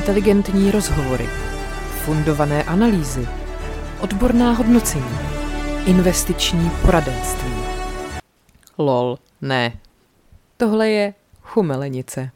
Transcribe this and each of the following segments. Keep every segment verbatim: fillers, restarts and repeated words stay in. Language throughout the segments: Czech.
inteligentní rozhovory, fundované analýzy, odborná hodnocení, investiční poradenství. Lol, ne. Tohle je chumelenice.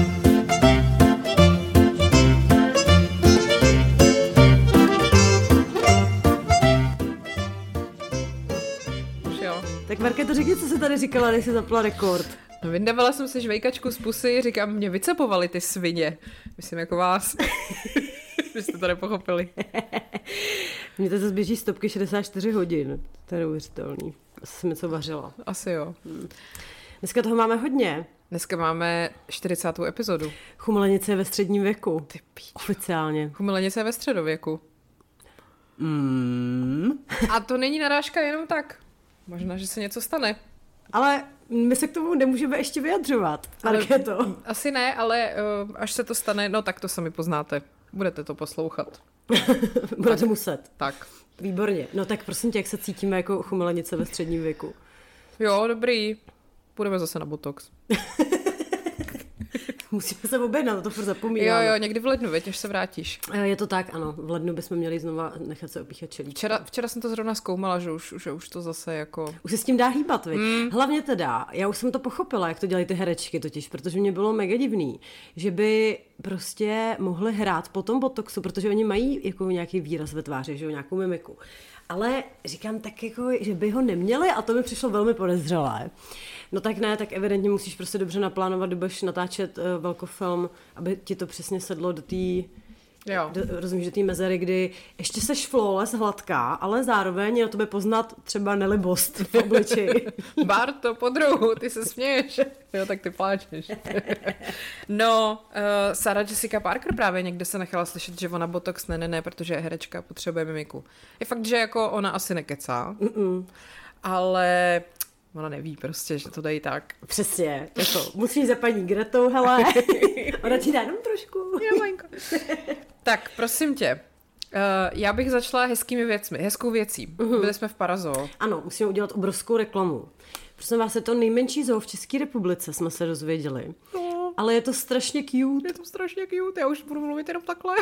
Tak Markéto, řekni, co jsi tady říkala, než jsi zapla rekord. No, vyndavala jsem si žvejkačku z pusy, říkám, mě vycepovali ty svině. Myslím jako vás. Vy jste to nepochopili. Mně to zase běží stopky šedesát čtyři hodin. To je neuvěřitelný. Asi jsem něco vařila. Asi jo. Hmm. Dneska toho máme hodně. Dneska máme čtyřicátou epizodu. Chumelenice je ve středním věku. Ty píč. Oficiálně. Chumelenice je ve středověku. Mm. A to není narážka jenom tak. Možná, že se něco stane. Ale my se k tomu nemůžeme ještě vyjadřovat, Markéto. Asi ne, ale uh, až se to stane, no tak to sami poznáte. Budete to poslouchat. Budete tak. muset. Tak. Výborně. No tak prosím tě, jak se cítíme jako chumelenice ve středním věku? Jo, dobrý. Půjdeme zase na botox. Musíme se objednat, to furt zapomínám. Jo, jo, někdy v lednu, veď, až se vrátíš. Je to tak, ano. V lednu bychom měli znova nechat se opíchat čelíčko. Včera, včera jsem to zrovna zkoumala, že už, že už to zase jako... Už se s tím dá hýbat, viď? Mm. Hlavně teda, já už jsem to pochopila, jak to dělají ty herečky totiž, protože mě bylo mega divný, že by prostě mohli hrát po tom botoxu, protože oni mají jako nějaký výraz ve tváři, že jo, nějakou mimiku. Ale říkám tak jako, že by ho neměli a to mi přišlo velmi podezřelé. No tak ne, tak evidentně musíš prostě dobře naplánovat, kdy budeš natáčet uh, velkofilm, aby ti to přesně sedlo do té, rozumíš, do té mezery, kdy ještě seš flawless, hladká, ale zároveň je na tobě poznat třeba nelibost v obličeji. Barto, podruhu, ty se směješ. Jo, tak ty pláčeš. No, uh, Sarah Jessica Parker právě někde se nechala slyšet, že ona botox ne, ne, ne, protože herečka potřebuje mimiku. Je fakt, že jako ona asi nekecá, Mm-mm. ale... Ona neví prostě, že to dají tak. Přesně. Jako, musíš za paní Gretou, hele. Ona ti dá jenom trošku. Jo, malinko. Tak, prosím tě. Uh, já bych začala hezkými věcmi, hezkou věcí. Uh-huh. Byli jsme v Parazoo. Ano, musíme udělat obrovskou reklamu. Prosím vás, je to nejmenší zoo v České republice, jsme se dozvěděli. No. Ale je to strašně cute. Je to strašně cute, já už budu mluvit jenom takhle.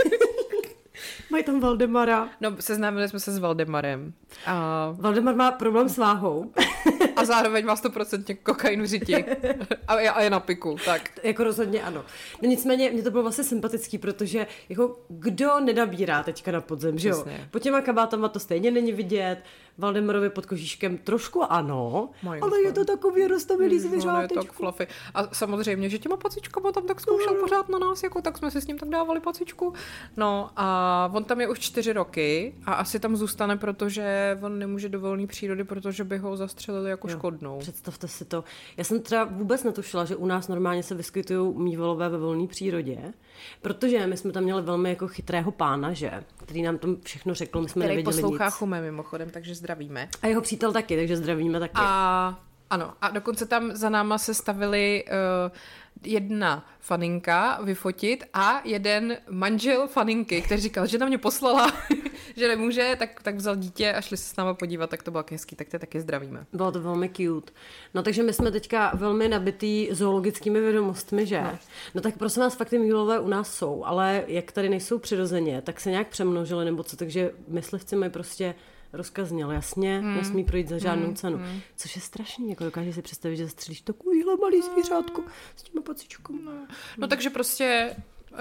Mají tam Valdemara. No, seznámili jsme se s Valdemarem. A... Valdemar má problém s váhou. A zároveň má sto procent kokainu řiti. A je, a je na piku, tak. Jako rozhodně ano. No nicméně, mě to bylo vlastně sympatický, protože jako kdo nenabírá teďka na podzem, že jo? Po těma kabátama to stejně není vidět, Valdemarovi pod kožíškem trošku ano, Majinko. Ale je to takový roztomilý zvířátečko. No, tak fluffy. A samozřejmě, že těma pacičkama tam tak zkoušel mm. pořád na nás, jako tak jsme si s ním tak dávali pacičku. No a on tam je už čtyři roky a asi tam zůstane, protože on nemůže do volné přírody, protože by ho zastřelili jako jo, škodnou. Představte si to. Já jsem třeba vůbec netušila, že u nás normálně se vyskytují mývalové ve volné přírodě, protože my jsme tam měli velmi jako chytrého pána, že? Který nám tam všechno řekl, my jsme který nevěděli nic. Poslouchá Chume mimochodem, takže zdravíme. A jeho přítel taky, takže zdravíme taky. A ano, a dokonce tam za náma se stavili uh, jedna faninka vyfotit a jeden manžel faninky, který říkal, že na mě poslala, že nemůže, tak, tak vzal dítě a šli se s náma podívat, tak to bylo hezký, tak to taky zdravíme. Bylo to velmi cute. No takže my jsme teďka velmi nabitý zoologickými vědomostmi, že? No, no tak prosím vás, fakt ty mývalové u nás jsou, ale jak tady nejsou přirozeně, tak se nějak přemnožili nebo co, takže myslivci mají prostě rozkaz zněl jasně, hmm. nesmí projít za žádnou hmm. cenu. Hmm. Což je strašný, jako dokážeš si představit, že zastřelíš takovýhle malý zvířátko s těma pacičkama. No. no takže prostě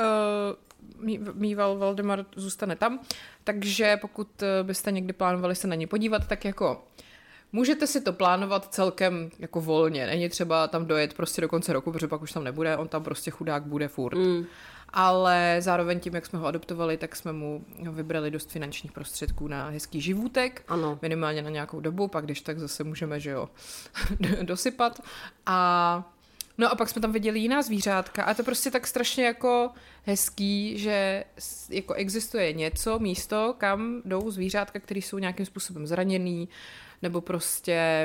uh, mýval Valdemar zůstane tam, takže pokud byste někdy plánovali se na ně podívat, tak jako můžete si to plánovat celkem jako volně, není třeba tam dojet prostě do konce roku, protože pak už tam nebude, on tam prostě chudák bude furt. Hmm. Ale zároveň tím, jak jsme ho adoptovali, tak jsme mu vybrali dost finančních prostředků na hezký živůtek, ano. Minimálně na nějakou dobu, pak když tak zase můžeme, že jo, dosypat. A no a pak jsme tam viděli jiná zvířátka a to prostě tak strašně jako hezký, že jako existuje něco, místo, kam jdou zvířátka, které jsou nějakým způsobem zraněný, nebo prostě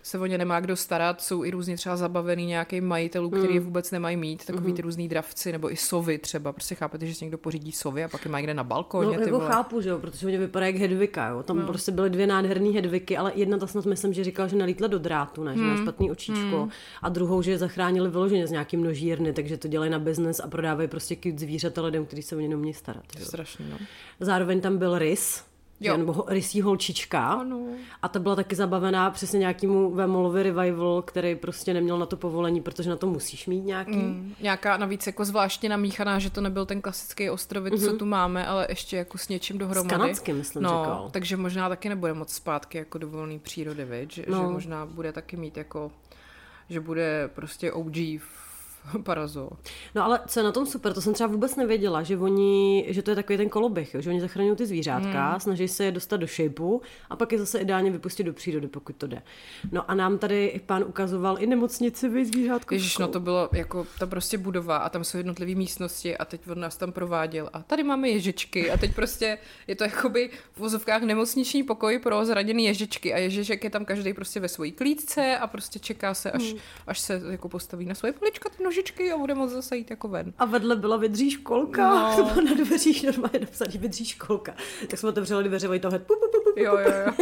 se o ně nemá kdo starat, jsou i různě třeba zabavený nějakým majitelů, který je vůbec nemají mít, takový ty různý dravci, nebo i sovy třeba, prostě chápete, že si někdo pořídí sovy a pak je má někde na balkóně. No, jako chápu, že jo, protože oni vypadají jak Hedvika, jo, tam no. prostě byly dvě nádherné Hedviky, ale jedna ta snad myslím, že říkala, že nalítla do drátu, ne, že má špatný očíčko, hmm. a druhou, že je zachránili vyloženě z nějaký množírny, takže to dělají na biznes a prodávají prostě cute zvířata lidem, kteří se o ně neumějí starat. Strašně, no. Zároveň tam byl rys, jo. nebo rysí holčička. Ano. A ta byla taky zabavená přesně nějakému Vémolovi revival, který prostě neměl na to povolení, protože na to musíš mít nějaký. Mm, nějaká navíc jako zvláštně namíchaná, že to nebyl ten klasický ostrovit, mm-hmm. co tu máme, ale ještě jako s něčím dohromady. S kanadským, myslím, no, říkal. Takže možná taky nebude moc zpátky jako do volné přírody, viď? Že, no. že možná bude taky mít jako, že bude prostě O G Parazo. No ale co je na tom super, to jsem třeba vůbec nevěděla, že oni, že to je takový ten koloběh, jo? Že oni zachraňují ty zvířátka, hmm. snaží se je dostat do shapeu a pak je zase ideálně vypustit do přírody, pokud to jde. No a nám tady pán ukazoval i nemocnici, vy zvířátko. Ježiš, no to bylo jako ta prostě budova a tam jsou jednotlivé místnosti a teď on nás tam prováděl a tady máme ježičky a teď prostě je to jakoby v vozovkách nemocniční pokoj pro zraněný ježičky a ježiček je tam každý prostě ve svojí klídce a prostě čeká se, až, hmm. až se jako postaví na svoje polička, nožičky a bude moc zase jít jako ven. A vedle byla vydří školka. No. To bylo na dveřích normálně napsaný vydří školka. Tak jsme otevřeli dveře, oni to hned pup, pup, pup, pup. Jo, jo, jo.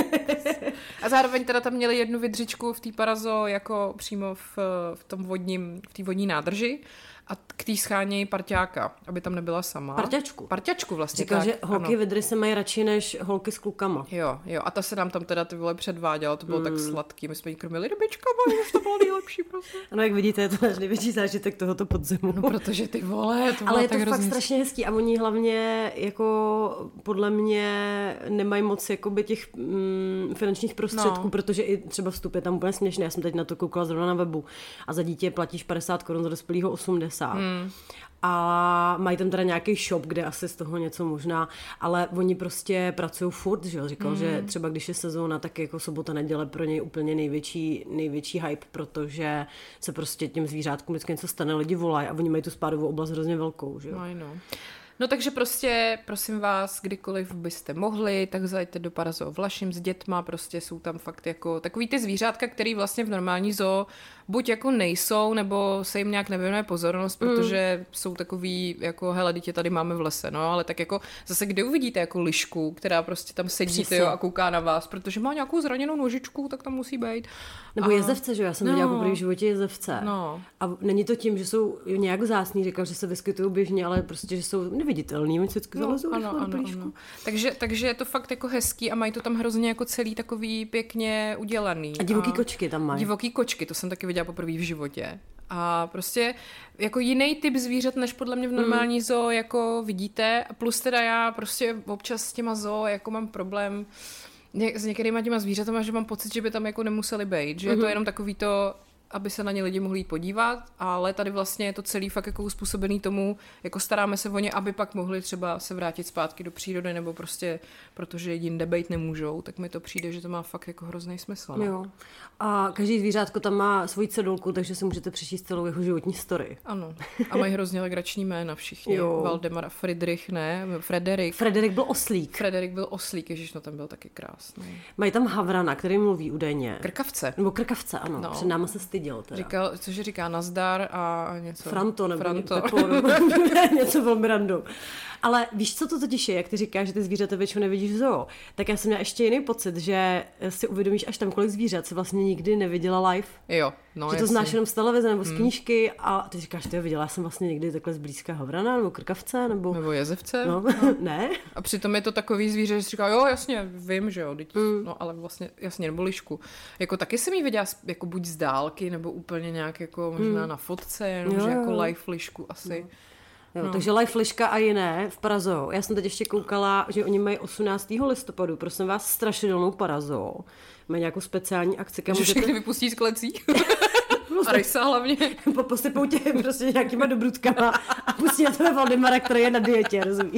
A zároveň teda tam měli jednu vydřičku v té Parazo jako přímo v, v tom vodním, v té vodní nádrži a k té schánějí parťáka, aby tam nebyla sama. Parťačku. Parťačku vlastně. Říkal, tak, že holky ano. vydry se mají radši než holky s klukama. Jo, jo. A ta se nám tam teda ty vole předváděla, to bylo mm. tak sladký. My jsme jí krmili rybičkama, už to bylo nejlepší prostě. Ano, jak vidíte, je to náš největší zážitek tohoto podzimu. No, protože ty vole, to bylo ale je tak to hrozný. fakt strašně hezký a oni hlavně jako podle mě nemají moc jakoby těch mm, finančních prostředků, no. protože i třeba vstup je tam úplně směšný. Já jsem teď na to koukala zrovna na webu a za dítě platíš padesát korun, za dospělýho osmdesát. Mm. A mají tam teda nějaký shop, kde asi z toho něco možná, ale oni prostě pracují furt, že jo, říkal, mm. že třeba když je sezóna, tak jako sobota, neděle pro něj úplně největší, největší hype, protože se prostě těm zvířátkům vždycky něco stane, lidi volají a oni mají tu spádovou oblast hrozně velkou, že jo. No, no. No takže prostě, prosím vás, kdykoliv byste mohli, tak zajďte do Parazo Vlašim s dětma, prostě jsou tam fakt jako takový ty zvířátka, který vlastně v normální zoo buď jako nejsou, nebo se jim nějak nevěnuje pozornost, mm. protože jsou takový jako, hele, dítě tady máme v lese, no, ale tak jako zase kde uvidíte jako lišku, která prostě tam sedí tyjo, a kouká na vás, protože má nějakou zraněnou nožičku, tak tam musí být. Nebo a... jezevce, že já jsem no. viděla poprvé v životě jezevce. No. A není to tím, že jsou nějak vzácný, říkal, že se vyskytují běžně, ale prostě, že jsou neviditelný, oni se vždycky no, zalezou ano, ano, ano. Takže, takže je to fakt jako hezký a mají to tam hrozně jako celý takový pěkně udělaný. A divoký a... kočky tam mají. Divoký kočky, to jsem taky viděla poprvé v životě. A prostě jako jiný typ zvířat, než podle mě v normální mm. zoo jako vidíte. Plus teda já prostě občas s těma zoo jako mám problém ně, s některýma těma zvířatama, že mám pocit, že by tam jako nemuseli být. Že mm-hmm. je to jenom takový to, aby se na ně lidi mohli jít podívat, ale tady vlastně je to celý fakt jako uspůsobený tomu, jako staráme se o ně, aby pak mohli třeba se vrátit zpátky do přírody, nebo prostě, protože jinde bejt nemůžou, tak mi to přijde, že to má fakt jako hrozný smysl. No? Jo. A každý zvířátko tam má svoji cedulku, takže si můžete přečíst celou jeho životní story. Ano. A mají hrozně legrační jména všichni. Jo. Valdemar, Friedrich, ne? Frederik. Frederik byl oslík. Frederik byl oslík, ježiš, no ten byl taky krásný. Mají tam havrana, který mluví údajně. Krkavce. Nebo krkavce, ano. No. Před náma se styděl teda. Říkal, cože říká nazdar a něco. Franto nebo Franto. Pepo, nebo něco velmi random. Ale víš, co to totiž je, jak ty říkáš, že ty zvířata většinou nevidíš v zoo, tak já jsem měla ještě jiný pocit, že si uvědomíš až tam, kolik zvířat si vlastně nikdy neviděla live. Jo, no že to jasně. znáš jenom z televize nebo z knížky a ty říkáš, ty jo, viděla jsem vlastně někdy takhle zblízka havrana nebo krkavce nebo... Nebo jezevce. No, no. Ne. A přitom je to takový zvíře, že si říká, jo, jasně, vím, že jo, teď, mm. no ale vlastně, jasně, nebo lišku. Jako taky jsem jí viděla jako buď z dálky, nebo úplně nějak jako možná mm. na fotce, jenom, že jako live lišku asi. No. Jo, no. Takže live liška a jiné v Parazo. Já jsem teď ještě koukala, že oni mají osmnáctého listopadu, prosím vás, strašidelnou Parazo. Mají nějakou speciální akci. Že můžete... všechny vypustí z klecí. A rysa hlavně. Posypou tě prostě nějakýma dobrutkama a pustí na tebe Valdemara, který je na dietě, rozumíš?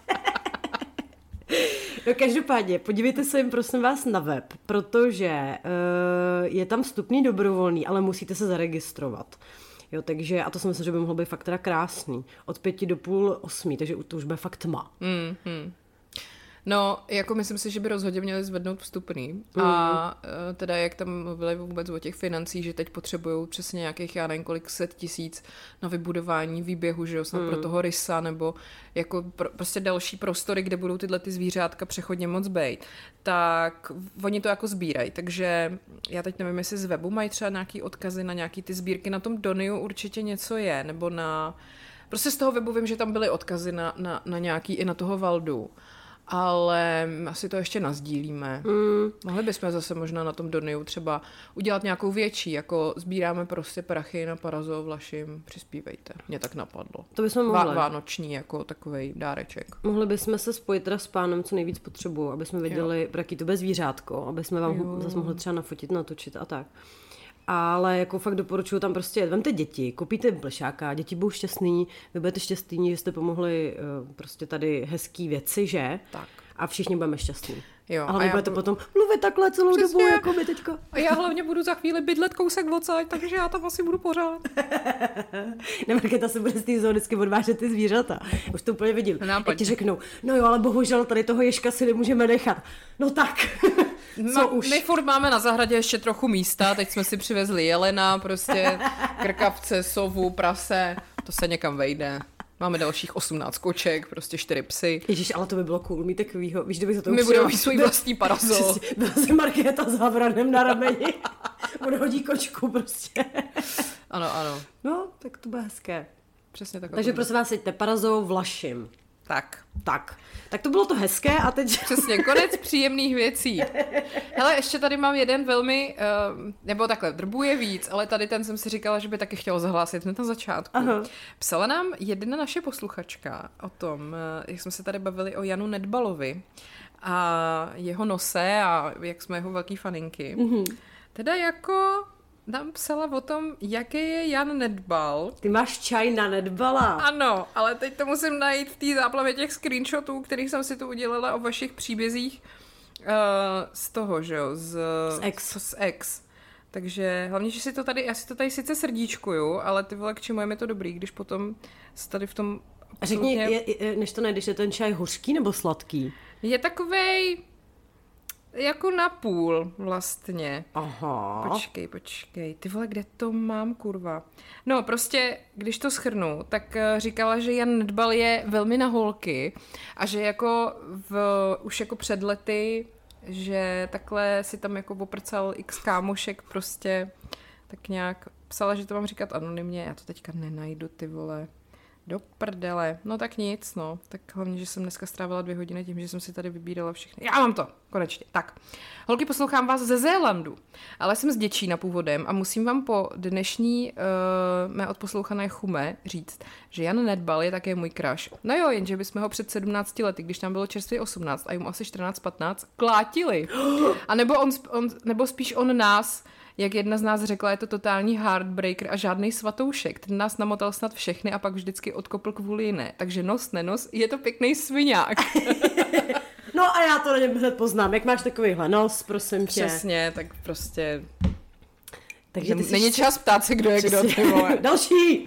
No každopádně, podívejte se jim prosím vás na web, protože uh, je tam vstupný dobrovolný, ale musíte se zaregistrovat. Jo, takže, a to si myslím, že by mohlo být fakt teda krásný. Od pěti do půl osmí, takže to už bude fakt tma. Mm, mm. No, jako myslím si, že by rozhodně měli zvednout vstupný. Mm. A teda jak tam mluvili vůbec o těch financích, že teď potřebují přesně nějakých, já nevím, kolik set tisíc na vybudování výběhu, že jo, snad mm. pro toho rysa, nebo jako pro, prostě další prostory, kde budou tyhle ty zvířátka přechodně moc bejt. Tak oni to jako sbírají. Takže já teď nevím, jestli z webu mají třeba nějaký odkazy na nějaký ty sbírky. Na tom Doniu určitě něco je, nebo na... Prostě z toho webu vím, že tam byly odkazy na, na, na nějaký i na toho Valdu. Ale asi to ještě nazdílíme. Mm. Mohli bychom zase možná na tom Doniu třeba udělat nějakou větší, jako sbíráme prostě prachy na Parazo Vlašim, přispívejte. Mě tak napadlo. To bychom mohli. Vá- vánoční jako takovej dáreček. Mohli bychom se spojit teda s pánem, co nejvíc potřebuju, aby jsme viděli, pro jaký to bude zvířátko, aby jsme vám jo. zase mohli třeba nafotit, natočit a tak. Ale jako fakt doporučuju tam prostě, vemte děti, koupíte plešáka, děti budou šťastný, vy budete šťastný, že jste pomohli uh, prostě tady hezký věci, že? Tak. A všichni budeme šťastní. Jo, ale vy budete budu... potom mluvit takhle celou Přesně. dobu, jako my teďko. A já hlavně budu za chvíli bydlet kousek odsaď, takže já tam asi budu pořád. Ne, Markéta se bude z té zóny vždycky odvážet ty zvířata. Už to úplně vidím. Jak ti řeknou, no jo, ale bohužel tady toho ježka si nemůžeme nechat. No tak... Co no, už? My furt máme na zahradě ještě trochu místa, teď jsme si přivezli jelena, prostě krkavce, sovu, prase, to se někam vejde. Máme dalších osmnáct koček, prostě čtyři psy. Ježíš, ale to by bylo cool, mít takovýho, víš, kdyby se to My budeme mít svůj vlastní Parazo. Byla se Markéta s havranem na rameni, on hodí kočku prostě. Ano, ano. No, tak to bude hezké. Přesně tak. Takže prosím vás, seďte Parazo Vlašim. Tak. Tak. Tak to bylo to hezké a teď... Přesně, konec příjemných věcí. Hele, ještě tady mám jeden velmi, uh, nebo takhle, drbů je víc, ale tady ten jsem si říkala, že by taky chtěla zahlásit hned na začátku. Aha. Psala nám jedna naše posluchačka o tom, uh, jak jsme se tady bavili o Janu Nedbalovi a jeho nose a jak jsme jeho velký faninky. Mm-hmm. Teda jako... nám psala o tom, jaký je Jan Nedbal. Ty máš čaj na Nedbala. Ano, ale teď to musím najít v té záplavě těch screenshotů, kterých jsem si tu udělala o vašich příbězích uh, z toho, že jo, z, z ex. Z ex. Takže hlavně, že si to tady, já si to tady sice srdíčkuju, ale ty vole, k čemu je mi to dobrý, když potom se tady v tom... Řekni, je, je, než to najdeš, je ten čaj hořký nebo sladký? Je takovej... jako napůl vlastně. Aha. Počkej, počkej. Ty vole, kde to mám, kurva? No, prostě, když to shrnu, tak říkala, že Jan Nedbal je velmi na holky a že jako v, už jako před lety, že takhle si tam jako poprcal x kámošek prostě tak nějak psala, že to mám říkat anonymně. Já to teďka nenajdu, ty vole. Do prdele. No tak nic, no. Tak hlavně, že jsem dneska strávila dvě hodiny tím, že jsem si tady vybírala všechny. Já mám to, konečně. Tak. Holky, poslouchám vás ze Zélandu, ale jsem z Děčína původem a musím vám po dnešní uh, mé odposlouchané chume říct, že Jan Nedbal je také můj crush. No jo, jenže bychom ho před sedmnácti lety, když tam bylo čerstvě osmnáct a jim asi čtrnáct patnáct, klátili. A nebo, on, on, nebo spíš on nás, jak jedna z nás řekla, je to totální heartbreaker a žádný svatoušek. Ten nás namotal snad všechny a pak vždycky odkopl kvůli jiné. Takže nos, nenos, je to pěkný sviňák. No a já to na něm hned poznám. Jak máš takovýhle nos, prosím tě. Přesně, tak prostě... Takže ty není čas ptát se, kdo je Přesně. kdo, ty vole. Další!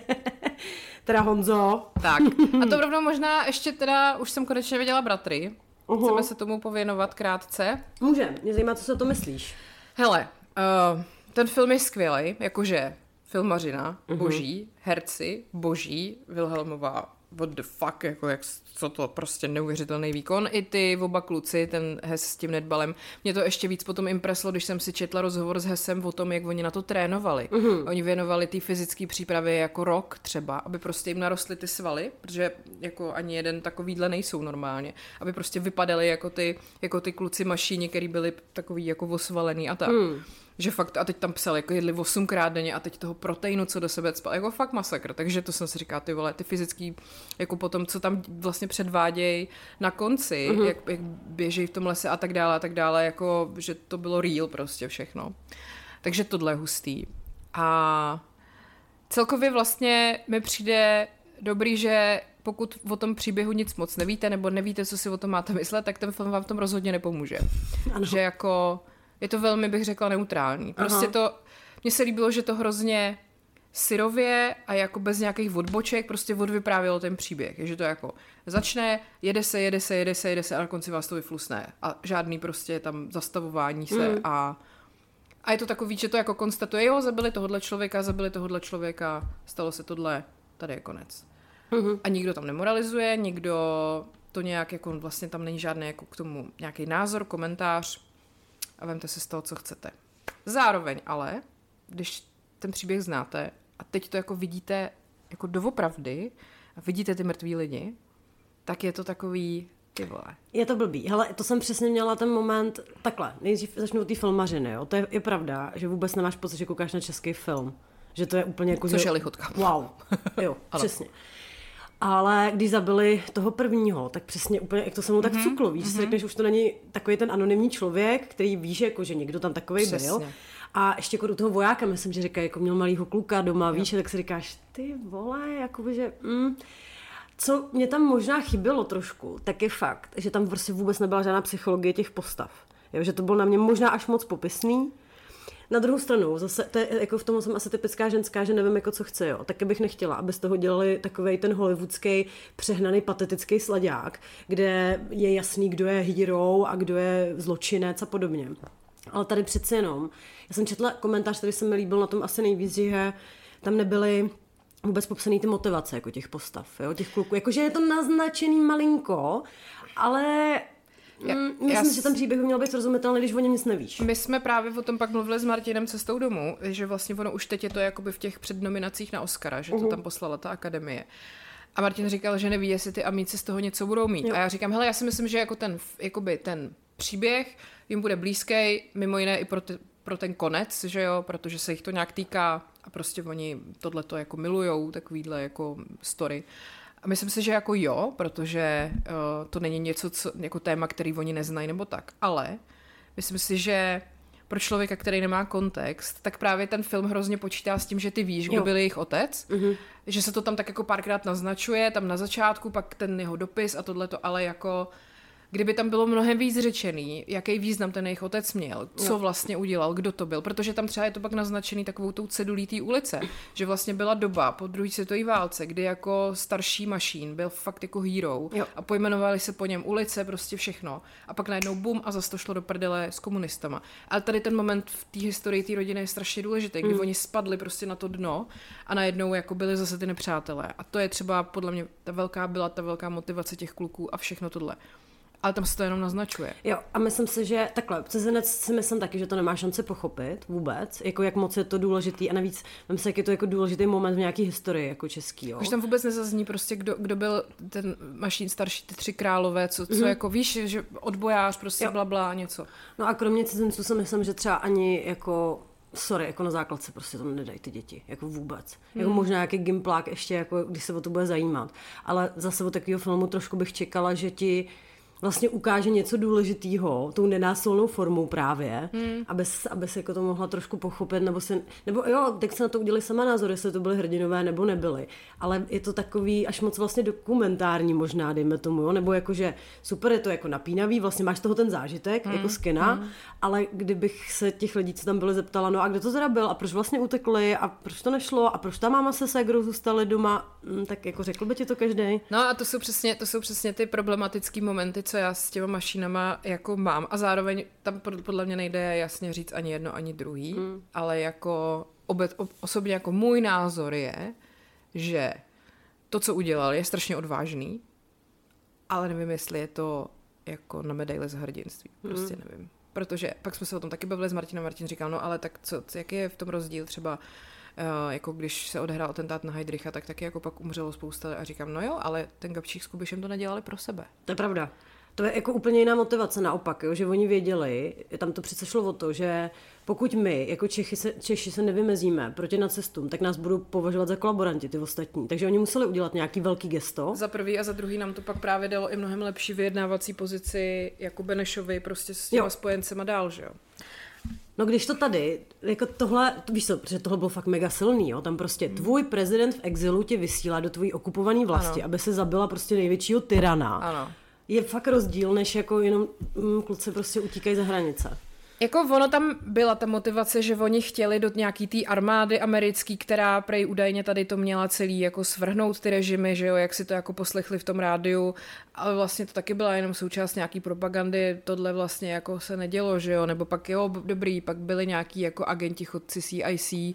Teda Honzo. Tak. A to rovnou možná ještě teda, už jsem konečně viděla Bratry. Uh-huh. Chceme se tomu pověnovat krátce. Můžem. Mě zajímá, co se o to myslíš. Hele, uh, ten film je skvělej, jakože filmařina, uh-huh. boží, herci, boží, Wilhelmová, what the fuck, jako jak, co to prostě neuvěřitelný výkon. I ty oba kluci, ten Hes s tím Nedbalem, mě to ještě víc potom impreslo, když jsem si četla rozhovor s Hesem o tom, jak oni na to trénovali. Uh-huh. Oni věnovali té fyzické přípravě jako rok třeba, aby prostě jim narostly ty svaly, protože jako ani jeden takovýhle nejsou normálně, aby prostě vypadaly jako ty, jako ty kluci mašíni, který byli takový jako osvalený a tak. Uh-huh. Že fakt, a teď tam psal, jako jedli osmkrát denně a teď toho proteinu, co do sebe spal, jako fakt masakr, takže to jsem si říkala, ty vole, ty fyzický, jako potom, co tam vlastně předvádějí na konci, uh-huh. jak, jak běžejí v tom lese a tak dále a tak dále, jako, že to bylo real prostě všechno. Takže tohle je hustý. A celkově vlastně mi přijde dobrý, že pokud o tom příběhu nic moc nevíte, nebo nevíte, co si o tom máte myslet, tak ten film vám v tom rozhodně nepomůže. Ano. Že jako... je to velmi, bych řekla, neutrální. Prostě Aha. to, mně se líbilo, že to hrozně syrově a jako bez nějakých odboček prostě odvyprávělo ten příběh. Že to jako začne, jede se, jede se, jede se, jede se a na konci vás to vyflusne. A žádný prostě tam zastavování se mm. a a je to takový, že to jako konstatuje, jo, zabili tohodle člověka, zabili tohodle člověka, stalo se tohle, tady je konec. Mm-hmm. A nikdo tam nemoralizuje, nikdo to nějak, jako vlastně tam není žádný jako k tomu nějaký názor, komentář a vemte si z toho, co chcete. Zároveň ale, když ten příběh znáte a teď to jako vidíte jako doopravdy a vidíte ty mrtví lidi, tak je to takový, ty vole. Je to blbý. Hele, to jsem přesně měla ten moment, takhle, nejdřív začnu ty filmařiny, jo. To je, je pravda, že vůbec nemáš pocit, že koukáš na český film. Že to je úplně jako... Což že... je lichotka. Wow. Jo, přesně. Ale když zabili toho prvního, tak přesně úplně, jak to se mnou tak mm-hmm. cuklo, víš, mm-hmm. si řekneš, už to není takový ten anonymní člověk, který ví, že, jako, že někdo tam takovej přesně. Byl. A ještě jako do toho vojáka, myslím, že říkají, jako měl malýho kluka doma, víš, a tak si říkáš, ty vole, jakoby, že... Mm. Co mě tam možná chybělo trošku, tak je fakt, že tam prostě vůbec nebyla žádná psychologie těch postav. Jo, že to bylo na mě možná až moc popisný. Na druhou stranu, zase, to je, jako v tom jsem asi typická ženská, že nevím, jako co chce, jo. Taky bych nechtěla, aby z toho dělali takovej ten hollywoodský přehnaný patetický slaďák, kde je jasný, kdo je hero a kdo je zločinec a podobně. Ale tady přece jenom, já jsem četla komentář, který se mi líbil na tom asi nejvíc, že tam nebyly vůbec popsaný ty motivace jako těch postav, jo, těch kluků. Jakože je to naznačený malinko, ale já, mm, myslím, já, že ten příběh by měl být srozumitelný, když o něm nic nevíš. My jsme právě o tom pak mluvili s Martinem cestou domů, že vlastně ono už teď je to jakoby v těch přednominacích na Oscara, že uh-huh. to tam poslala ta akademie. A Martin říkal, že neví, jestli ty amíci z toho něco budou mít. Jo. A já říkám, hele, já si myslím, že jako ten, jakoby ten příběh jim bude blízký, mimo jiné i pro, ty, pro ten konec, že jo, protože se jich to nějak týká a prostě oni tohleto jako milujou, takovýhle jako story. A myslím si, že jako jo, protože uh, to není něco, co, jako téma, který oni neznají nebo tak, ale myslím si, že pro člověka, který nemá kontext, tak právě ten film hrozně počítá s tím, že ty víš, kdo jo. byl jejich otec, mm-hmm. že se to tam tak jako párkrát naznačuje, tam na začátku, pak ten jeho dopis a tohleto, ale jako kdyby tam bylo mnohem víc řečený, jaký význam ten jejich otec měl, co vlastně udělal, kdo to byl, protože tam třeba je to pak naznačený takovou tou cedulí té ulice, že vlastně byla doba po druhé světové válce, kdy jako starší Mašín byl fakt jako hero jo. a pojmenovali se po něm ulice, prostě všechno. A pak najednou bum a zase to šlo do prdele s komunistama. Ale tady ten moment v té historii té rodiny je strašně důležitý, kdy mm. oni spadli prostě na to dno a najednou jako byli zase ty nepřátelé. A to je třeba podle mě ta velká byla ta velká motivace těch kluků a všechno tohle. Ale tam se to jenom naznačuje. Jo, a myslím si, že takhle, cizinec si myslím taky, že to nemá šanci pochopit vůbec, jako jak moc je to důležitý a navíc myslím si, jak je to jako důležitý moment v nějaký historii, jako český, jo. Už tam vůbec nezazní prostě, kdo, kdo byl ten Mašín starší, ty tři králové, co, co mm-hmm. jako víš, že odbojář, prostě jo. blabla, něco. No a kromě cizinců si myslím, že třeba ani jako sorry, jako na základce prostě tam nedají ty děti, jako vůbec. Hmm. Jako možná nějaký gimplák ještě, jako když se o to bude zajímat. Ale zase od takového filmu trošku bych čekala, že ti vlastně ukáže něco důležitýho, tou nenásilnou formou právě, hmm. aby, aby se jako to mohla trošku pochopit, nebo se, nebo jo, tak se na to udělali sama názor, jestli to byly hrdinové nebo nebyly. Ale je to takový až moc vlastně dokumentární možná, dejme tomu, jo, nebo jakože super, je to jako napínavý, vlastně máš toho ten zážitek, hmm. jako z kina, hmm. ale kdybych se těch lidí, co tam byli, zeptala, no a kdo to teda byl a proč vlastně utekli a proč to nešlo a proč ta máma se ségrou zůstali doma, hm, tak jako řekl by ti to každej. No a to jsou přesně, to jsou přesně ty problematický momenty, co já s těma mašinama jako mám a zároveň tam podle mě nejde jasně říct ani jedno, ani druhý, mm. ale jako obet, osobně jako můj názor je, že to, co udělal, je strašně odvážný, ale nevím, jestli je to jako na medaili z hrdinství. Prostě mm. nevím. Protože pak jsme se o tom taky bavili s Martinem. Martin říkal, no ale tak co, jaký je v tom rozdíl třeba Uh, jako když se odehrál atentát na Heydricha, tak taky jako pak umřelo spousta a říkám, no jo, ale ten Gabčík s Kubišem to nedělali pro sebe. To je pravda. To je jako úplně jiná motivace, naopak, jo, že oni věděli, tam to přece šlo o to, že pokud my, jako Čechy se, Češi se nevymezíme proti nacistům, tak nás budou považovat za kolaboranti, ty ostatní. Takže oni museli udělat nějaký velký gesto. Za prvý a za druhý nám to pak právě dalo i mnohem lepší vyjednávací pozici jako Benešovi prostě s těma jo. spojencema dál, že jo. No když to tady, jako tohle, víš co, protože tohle bylo fakt mega silný, jo, tam prostě hmm. tvůj prezident v exilu tě vysílá do tvojí okupované vlasti, ano. aby se zabila prostě největšího tyrana. Ano. Je fakt rozdíl, než jako jenom mm, kluci prostě utíkají za hranice. Jako ono tam byla ta motivace, že oni chtěli do nějaký té armády americký, která prej údajně tady to měla celý jako svrhnout ty režimy, že jo, jak si to jako poslechli v tom rádiu, ale vlastně to taky byla jenom součást nějaký propagandy, tohle vlastně jako se nedělo, že jo, nebo pak jo, dobrý, pak byli nějaký jako agenti chodci C I C,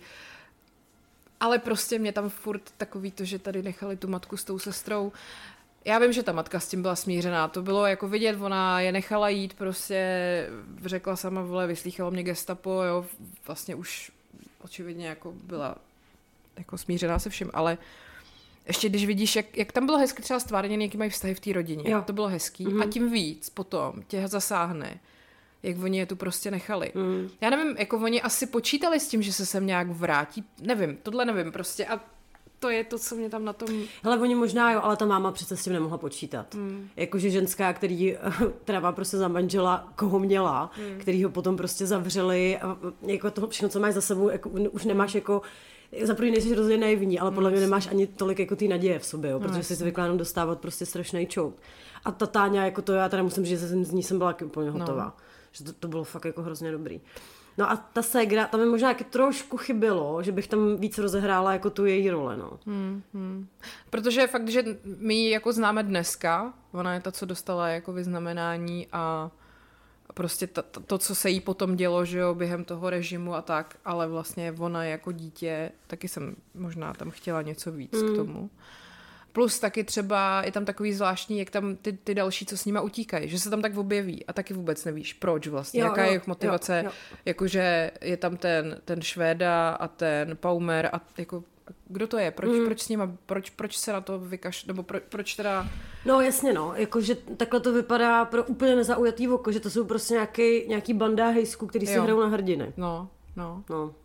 ale prostě mě tam furt takový to, že tady nechali tu matku s tou sestrou. Já vím, že ta matka s tím byla smířená, to bylo jako vidět, ona je nechala jít, prostě řekla sama, vole, vyslýchalo mě gestapo, jo, vlastně už očividně jako byla jako smířená se vším, ale ještě když vidíš, jak, jak tam bylo hezky třeba stvárněný, jaký mají vztahy v té rodině, jo. To bylo hezký mm-hmm. a tím víc potom tě zasáhne, jak oni je tu prostě nechali. Mm. Já nevím, jako oni asi počítali s tím, že se sem nějak vrátí, nevím, tohle nevím prostě a to je to, co mě tam na tom... Hele, oni možná jo, ale ta máma přece s tím nemohla počítat. Mm. Jakože ženská, který, která má prostě za manžela, koho měla, mm. který ho potom prostě zavřeli a jako to všechno, co máš za sebou, jako, už nemáš jako... Za první nejsi hrozně naivní, ale podle mě nemáš ani tolik jako ty naděje v sobě, jo, protože no, jsi zvykla jenom dostávat prostě strašný čout. A ta Táňa, jako to já teda musím říct, že z ní jsem byla úplně hotová. No. Že to, to bylo fakt jako hrozně dobrý. No a ta ségra, tam mi možná jako trošku chybilo, že bych tam víc rozehrála jako tu její role, no. Hmm, hmm. Protože fakt, že my ji jako známe dneska, ona je ta, co dostala jako vyznamenání a prostě ta, ta, to, co se jí potom dělo, že jo, během toho režimu a tak, ale vlastně ona jako dítě, taky jsem možná tam chtěla něco víc hmm. k tomu. Plus taky třeba je tam takový zvláštní, jak tam ty, ty další, co s nima utíkají, že se tam tak objeví a taky vůbec nevíš, proč vlastně, jo, jaká jo, je jejich motivace, jo, jo. Jakože je tam ten, ten Švéda a ten Paumer a jako kdo to je, proč, mm. proč s nima, proč, proč se na to vykaš, nebo pro, proč teda... No jasně no, jakože takhle to vypadá pro úplně nezaujatý oko, že to jsou prostě nějaký, nějaký banda hejsků, který si hrajou na hrdiny. No, no. no.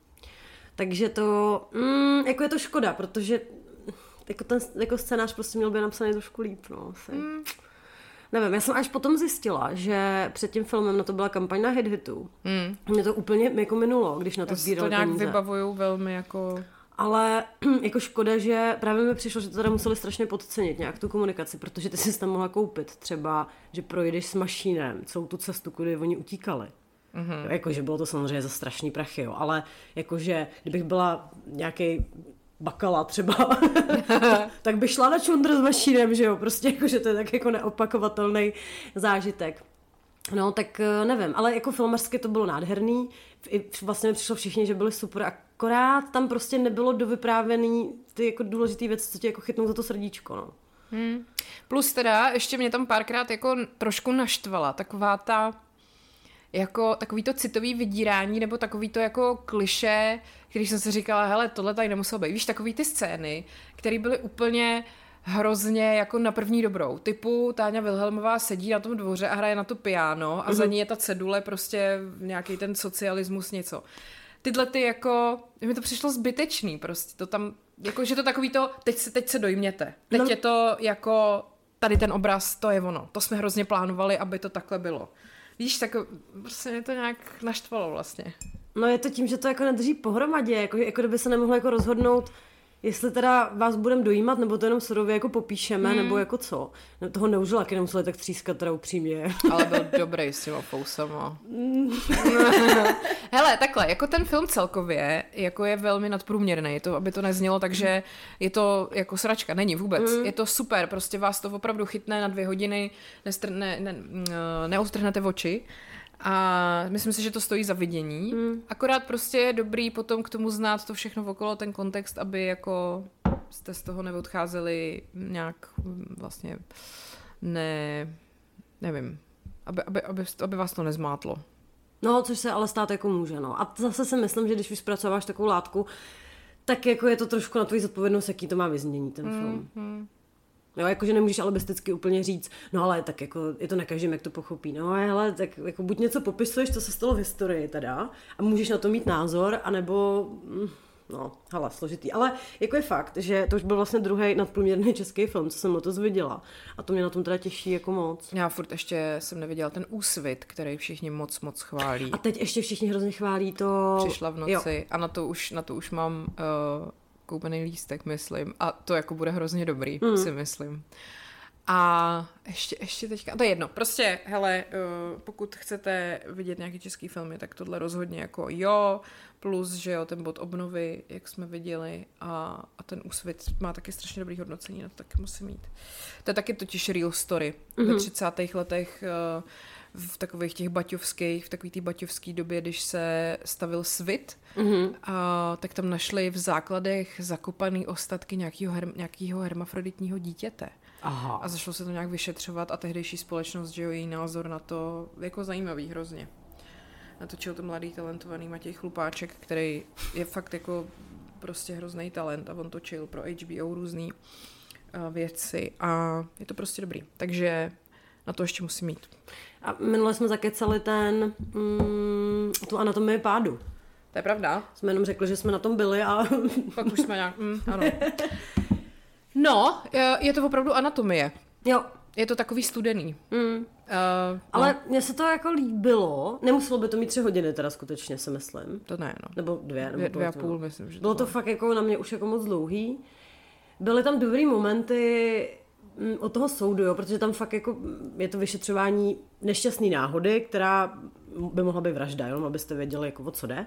Takže to, mm, jako je to škoda, protože jako ten jako scénář prostě měl by napsaný trošku líp, no. Asi. Mm. Nevím, já jsem až potom zjistila, že před tím filmem na to byla kampaň na Hit Hitu. Mm. Mě to úplně jako minulo, když na to sbíralo peníze. To nějak vybavuju velmi jako... Ale jako škoda, že právě mi přišlo, že to teda museli strašně podcenit nějak tu komunikaci, protože ty jsi tam mohla koupit třeba, že projdeš s mašínem celou tu cestu, kudy oni utíkali. Mm-hmm. Jo, jakože bylo to samozřejmě za strašný prachy, jo, ale jakože kdybych byla nějaký Bakala třeba, tak by šla na čundr s mašínem, že jo, prostě jakože to je tak jako neopakovatelný zážitek. No, tak nevím, ale jako filmařsky to bylo nádherný, i vlastně mi přišlo všichni, že byli super, akorát tam prostě nebylo dovyprávěný ty jako důležitý věci, co tě jako chytnou za to srdíčko, no. Hmm. Plus teda, ještě mě tam párkrát jako trošku naštvala, taková ta, jako takový to citový vydírání, nebo takový to jako klišé, když jsem si říkala, hele, tohle tady nemuselo být. Víš, takový ty scény, které byly úplně hrozně jako na první dobrou. Typu Táňa Wilhelmová sedí na tom dvoře a hraje na to piano a mm-hmm. za ní je ta cedule, prostě nějaký ten socialismus, něco. Tyhle ty jako, mi to přišlo zbytečný prostě, to tam, jako, že to takový to, teď se, teď se dojměte. Teď no. je to jako, tady ten obraz, to je ono. To jsme hrozně plánovali, aby to takhle bylo. Víš, tak prostě mě to nějak naštvalo vlastně. No je to tím, že to jako nedrží pohromadě, jako, jako kdyby se nemohlo jako rozhodnout, jestli teda vás budeme dojímat, nebo to jenom surově jako popíšeme, hmm. nebo jako co. No, toho neužila, když nemuseli tak třískat teda upřímně. Ale byl dobrý s těma fousama. Hele, takhle, jako ten film celkově jako je velmi nadprůměrný, je to, aby to neznělo, takže je to jako sračka, není vůbec. Hmm. Je to super, prostě vás to opravdu chytne na dvě hodiny, nestr- ne, ne, neodtrhnete oči. A myslím si, že to stojí za vidění. Hmm. Akorát prostě je dobrý potom k tomu znát to všechno okolo, ten kontext, aby jako jste z toho neodcházeli nějak vlastně ne, nevím, aby, aby, aby, aby vás to nezmátlo. No, což se ale stát jako může, no. A zase si myslím, že když už zpracováš takovou látku, tak jako je to trošku na tvoji zodpovědnost, jaký to má vyznění ten hmm, film. Hmm. Jo, jakože nemůžeš alibisticky úplně říct, no ale tak jako je to na každém, jak to pochopí. No ale tak jako buď něco popisuješ, co se stalo v historii teda a můžeš na to mít názor, anebo no, hele, složitý. Ale jako je fakt, že to už byl vlastně druhý nadprůměrný český film, co jsem letos viděla. A to mě na tom teda těší jako moc. Já furt ještě jsem neviděla ten Úsvit, který všichni moc, moc chválí. A teď ještě všichni hrozně chválí to... Přišla v noci jo. a na to už, na to už mám... Uh... koupený lístek, myslím. A to jako bude hrozně dobrý, mm. si myslím. A ještě, ještě teďka, to je jedno, prostě, hele, pokud chcete vidět nějaký český filmy, tak tohle rozhodně jako jo, plus, že jo, ten bod obnovy, jak jsme viděli, a, a ten Úsvit má taky strašně dobrý hodnocení, na to taky musím mít. To je taky totiž real story. Mm-hmm. Ve třicátých letech v takových těch baťovských, v takový té baťovské době, když se stavil Svit, mm-hmm. a, tak tam našli v základech zakopaný ostatky nějakého, her, nějakého hermafroditního dítěte. Aha. A zašlo se to nějak vyšetřovat a tehdejší společnost, že jo, její názor na to jako zajímavý hrozně. Natočil to mladý talentovaný Matěj Chlupáček, který je fakt jako prostě hrozný talent a on točil pro H B O různý uh, věci a je to prostě dobrý. Takže na to ještě musím mít. A minule jsme zakecali ten, mm, tu anatomii pádu. To je pravda. Jsme jenom řekli, že jsme na tom byli a... Pak už jsme nějak, mm, ano. No, je to opravdu anatomie. Jo. Je to takový studený. Mm. Uh, Ale no. mně se to jako líbilo. Nemuselo by to mít tři hodiny teda skutečně, si myslím. To ne, no. Nebo dvě. Nebo dvě, dvě a to, půl, myslím. Že bylo to, to fakt jako na mě už jako moc dlouhý. Byly tam dobrý momenty od toho soudu, jo, protože tam fakt jako je to vyšetřování nešťastný náhody, která by mohla být vražda, jenom abyste věděli, jako o co jde.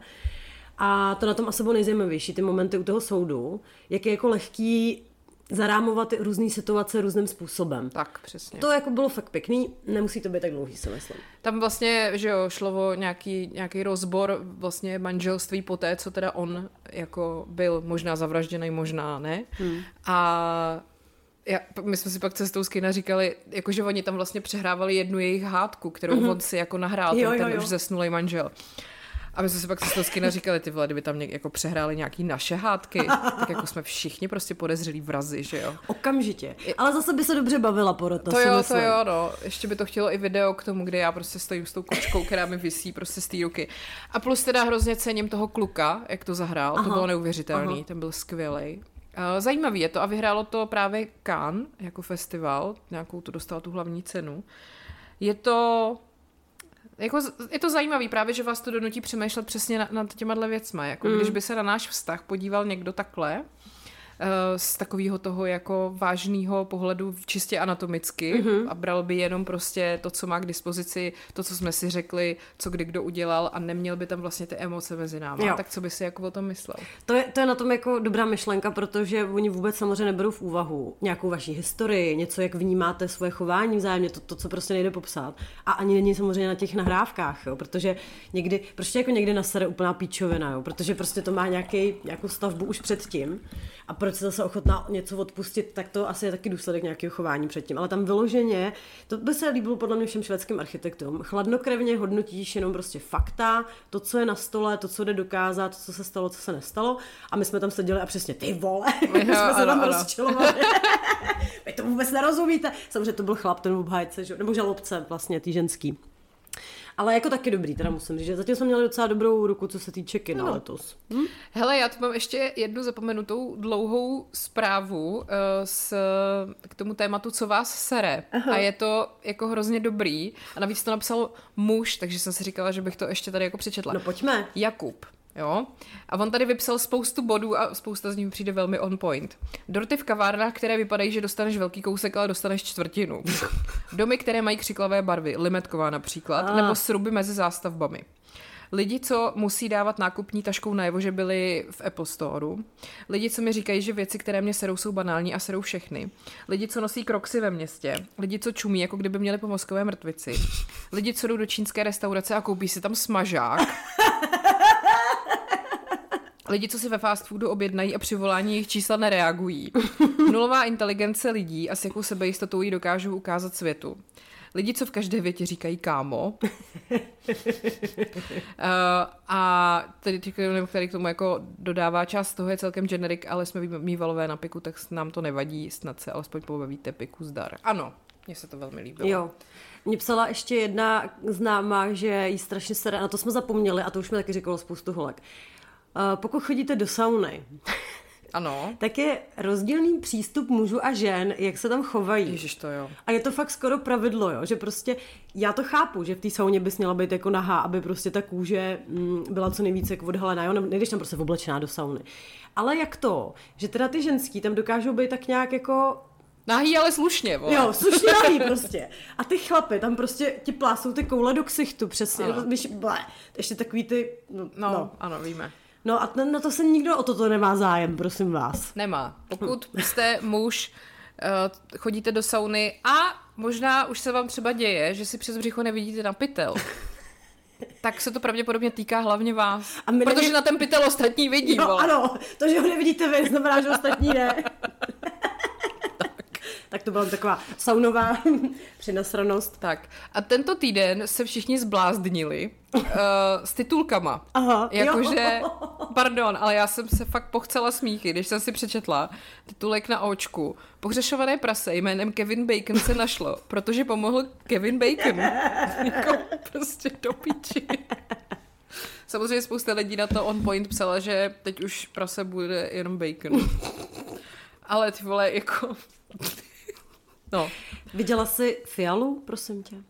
A to na tom asi bylo nejzajímavější, ty momenty u toho soudu, jak je jako lehký zarámovat ty různé situace různým způsobem. Tak, přesně. To jako bylo fakt pěkný, nemusí to být tak dlouhý, si myslím. Tam vlastně, že jo, šlo o nějaký, nějaký rozbor vlastně manželství po té, co teda on jako byl možná zavražděný, možná ne. Hmm. A já, my jsme si pak cestou z kina říkali, jakože oni tam vlastně přehrávali jednu jejich hádku, kterou mm-hmm. on si jako nahrál, jo, ten, ten jo, jo. už zesnulej manžel. A my jsme si pak cestou z kina říkali, ty vole, kdyby tam něk, jako přehráli nějaký naše hádky, tak jako jsme všichni prostě podezřelí vrazi, že jo. Okamžitě. Ale zase by se dobře bavila porota. To jo, myslím. to jo, no. Ještě by to chtělo i video k tomu, kde já prostě stojím s tou kočkou, která mi visí prostě z té ruky. A plus teda hrozně cením toho kluka, jak to zahrál, aha, to bylo neuvěřitelný, aha. Ten byl skvělej. Zajímavý je to a vyhrálo to právě Cannes jako festival, nějakou to dostalo tu hlavní cenu. Je to, jako, je to zajímavý právě, že vás to donutí přemýšlet přesně nad, nad těma věcma, jako mm. když by se na náš vztah podíval někdo takhle, z takového toho jako vážného pohledu čistě anatomicky mm-hmm. a bral by jenom prostě to, co má k dispozici, to, co jsme si řekli, co kdy kdo udělal a neměl by tam vlastně ty emoce mezi námi. Tak co by si jako o tom myslel? To je, to je na tom jako dobrá myšlenka, protože oni vůbec samozřejmě neberou v úvahu nějakou vaší historii, něco, jak vnímáte svoje chování vzájemně, to, to co prostě nejde popsat. A ani není samozřejmě na těch nahrávkách, jo, protože někdy, prostě jako někdy nasere úplná píčovina, jo, protože prostě to má nějaký, nějakou stavbu už předtím a proč se zase ochotná něco odpustit, tak to asi je taky důsledek nějakého chování předtím. Ale tam vyloženě, to by se líbilo podle mě všem švédským architektům. Chladnokrevně hodnotíš jenom prostě fakta, to, co je na stole, to, co jde dokázat, to, co se stalo, co se nestalo. A my jsme tam seděli a přesně ty vole, my jsme se ano, tam ano. rozčilovali. Vy to vůbec nerozumíte. Samozřejmě to byl chlap, ten obhájce, že? Nebo žalobce vlastně, ty ženský. Ale jako taky dobrý, teda musím říct, že zatím jsme měli docela dobrou ruku, co se týče kina no. letos. Hm? Hele, já tu mám ještě jednu zapomenutou dlouhou zprávu uh, s, k tomu tématu, co vás sere. Aha. A je to jako hrozně dobrý. A navíc to napsal muž, takže jsem si říkala, že bych to ještě tady jako přečetla. No pojďme. Jakub. Jo? A on tady vypsal spoustu bodů a spousta z nich přijde velmi on point. Dorty v kavárnách, které vypadají, že dostaneš velký kousek, ale dostaneš čtvrtinu. Domy, které mají křiklavé barvy, Limetková například, ah. nebo sruby mezi zástavbami. Lidi, co musí dávat nákupní taškou najevo, že byli v Apple Storeu. Lidi, co mi říkají, že věci, které mě serou, jsou banální a serou všechny. Lidi, co nosí kroksy ve městě. Lidi, co čumí, jako kdyby měli po mozkové mrtvici. Lidi, co jdou do čínské restaurace a koupí si tam smažák. Lidi, co si ve fast foodu objednají a při volání jejich čísla nereagují. Nulová inteligence lidí a s jakou sebejistotou jí dokážou ukázat světu. Lidi, co v každé větě říkají kámo. uh, a tedy, který k tomu jako dodává část toho je celkem generic, ale jsme mývalové na piku, tak nám to nevadí, snad se alespoň pobavíte, piku zdar. Ano, mně se to velmi líbilo. Jo. Mně psala ještě jedna známá, že jí strašně sere, na to jsme zapomněli a to už mi taky říkalo spoustu holek. Uh, pokud chodíte do sauny, ano. tak je rozdílný přístup mužů a žen, jak se tam chovají. Ježiš, to jo. A je to fakt skoro pravidlo, jo, že prostě já to chápu, že v té sauně bys měla být jako nahá, aby prostě ta kůže mm, byla co nejvíce jako odhalená, jo, nejdeš tam prostě oblečená do sauny. Ale jak to, že teda ty ženský tam dokážou být tak nějak jako Nahý, ale slušně, vole. Jo, slušně nahý prostě. A ty chlapy, tam prostě ti plásou ty koule do ksichtu, přesně. Myš, ble, ještě takový ty... No, no, no. ano, víme. No a na to se nikdo o toto nemá zájem, prosím vás. Nemá. Pokud jste muž, uh, chodíte do sauny a možná už se vám třeba děje, že si přes břicho nevidíte na pytel, tak se to pravděpodobně týká hlavně vás. A protože neví... na ten pytel ostatní vidí. Jo, ano, to, že ho nevidíte vy, znamená, že ostatní ne. Tak to byla taková saunová přinasranost. Tak. A tento týden se všichni zblázdnili uh, s titulkama. Aha, jakože, pardon, ale já jsem se fakt pochcela smíchy, když jsem si přečetla titulek na očku. Pohřešované prase jménem Kevin Bacon se našlo, protože pomohl Kevin Bacon. Jako prostě do píči. Samozřejmě spousta lidí na to on point psala, že teď už prase bude jenom bacon. Ale ty vole, jako... No. Viděla jsi Fialu, prosím tě?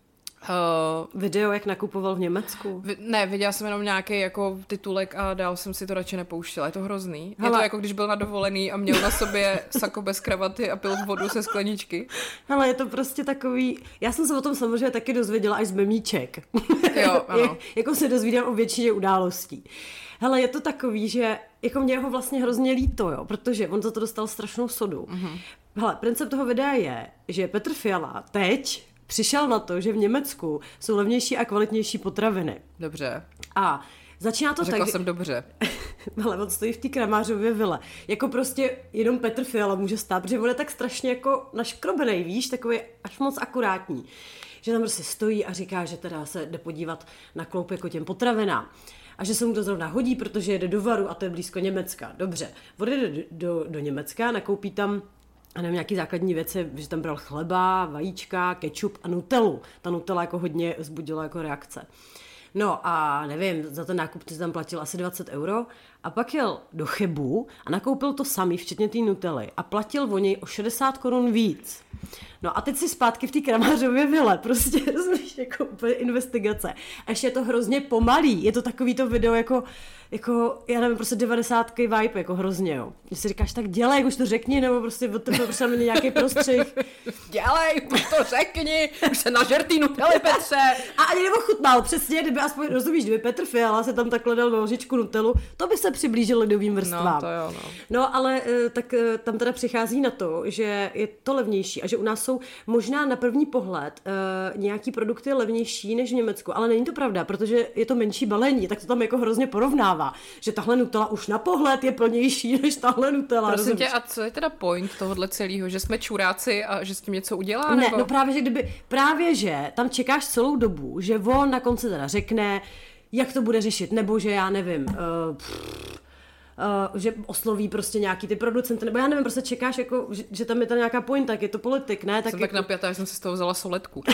Uh, Video, jak nakupoval v Německu? Vi- ne, viděla jsem jenom nějaký jako titulek a dál jsem si to radši nepouštěla. Je to hrozný. Hele. Je to jako když byl na dovolený a měl na sobě sako bez kravaty a pil vodu ze skleničky. Hele, je to prostě takový... Já jsem se o tom samozřejmě taky dozvěděla až z memíček. Jo, ano. Jak, jako se dozvídám o většině událostí. Hele, je to takový, že jako mě ho vlastně hrozně líto, jo, protože on za to dostal strašnou sodu. Mm-hmm. Hele, princip toho videa je, že Petr Fiala teď přišel na to, že v Německu jsou levnější a kvalitnější potraviny. Dobře. A začíná to Řekla tak... Řekla jsem dobře. Ale on stojí v té Kramářově vile. Jako prostě jenom Petr Fiala může stát, protože on je tak strašně jako naškrobenej, víš, takový až moc akurátní. Že tam prostě stojí a říká, že teda se jde podívat na kloup jako těm potravinám. A že se mu to zrovna hodí, protože jede do Varu a to je blízko Německa. Dobře, odjede do, do, do Německa, nakoupí tam a nevím, nějaký základní věci, že tam bral chleba, vajíčka, kečup a nutellu. Ta nutella jako hodně vzbudila jako reakce. No a nevím, za ten nákup si tam platil asi dvacet euro a pak jel do Chebu a nakoupil to samý, včetně té nutelly a platil o něj o šedesát korun víc. No a teď si zpátky v té Kramářově vile, prostě, rozumíš, jako úplně investigace. A ještě je to hrozně pomalý, je to takový to video jako, jako já nevím, prostě devadesátky vibe, jako hrozně, jo. Když si říkáš, tak dělej, už to řekni, nebo prostě od tebe prostě mi nějaký prostřih. Dělej, už to řekni, už se nažer tý Nutelly, Petře. A ani neochutnal, přesně, kdyby aspoň, rozumíš, kdyby Petr Fiala se tam takhle dal na lžičku Nutellu, to by se přiblížil lidovým vrstvám. No, to jo, no. No, ale tak tam teda přichází na to, že je to levnější a že u nás jsou možná na první pohled uh, nějaký produkty levnější než v Německu, ale není to pravda, protože je to menší balení, tak to tam jako hrozně porovnává, že tahle Nutella už na pohled je plnější než tahle Nutella. Prosím tě, a co je teda point tohohle celého, že jsme čuráci a že s tím něco udělá? Ne, nebo? no právě, že kdyby, právě, že tam čekáš celou dobu, že on na konci teda řekne, jak to bude řešit, nebo že já nevím, uh, pff, Uh, že osloví prostě nějaký ty producenty, nebo já nevím, prostě čekáš, jako, že, že tam je tam nějaká pointa, jak je to politik, ne? Tak tak jsem jako... tak napjatá, že jsem si z toho vzala soletku.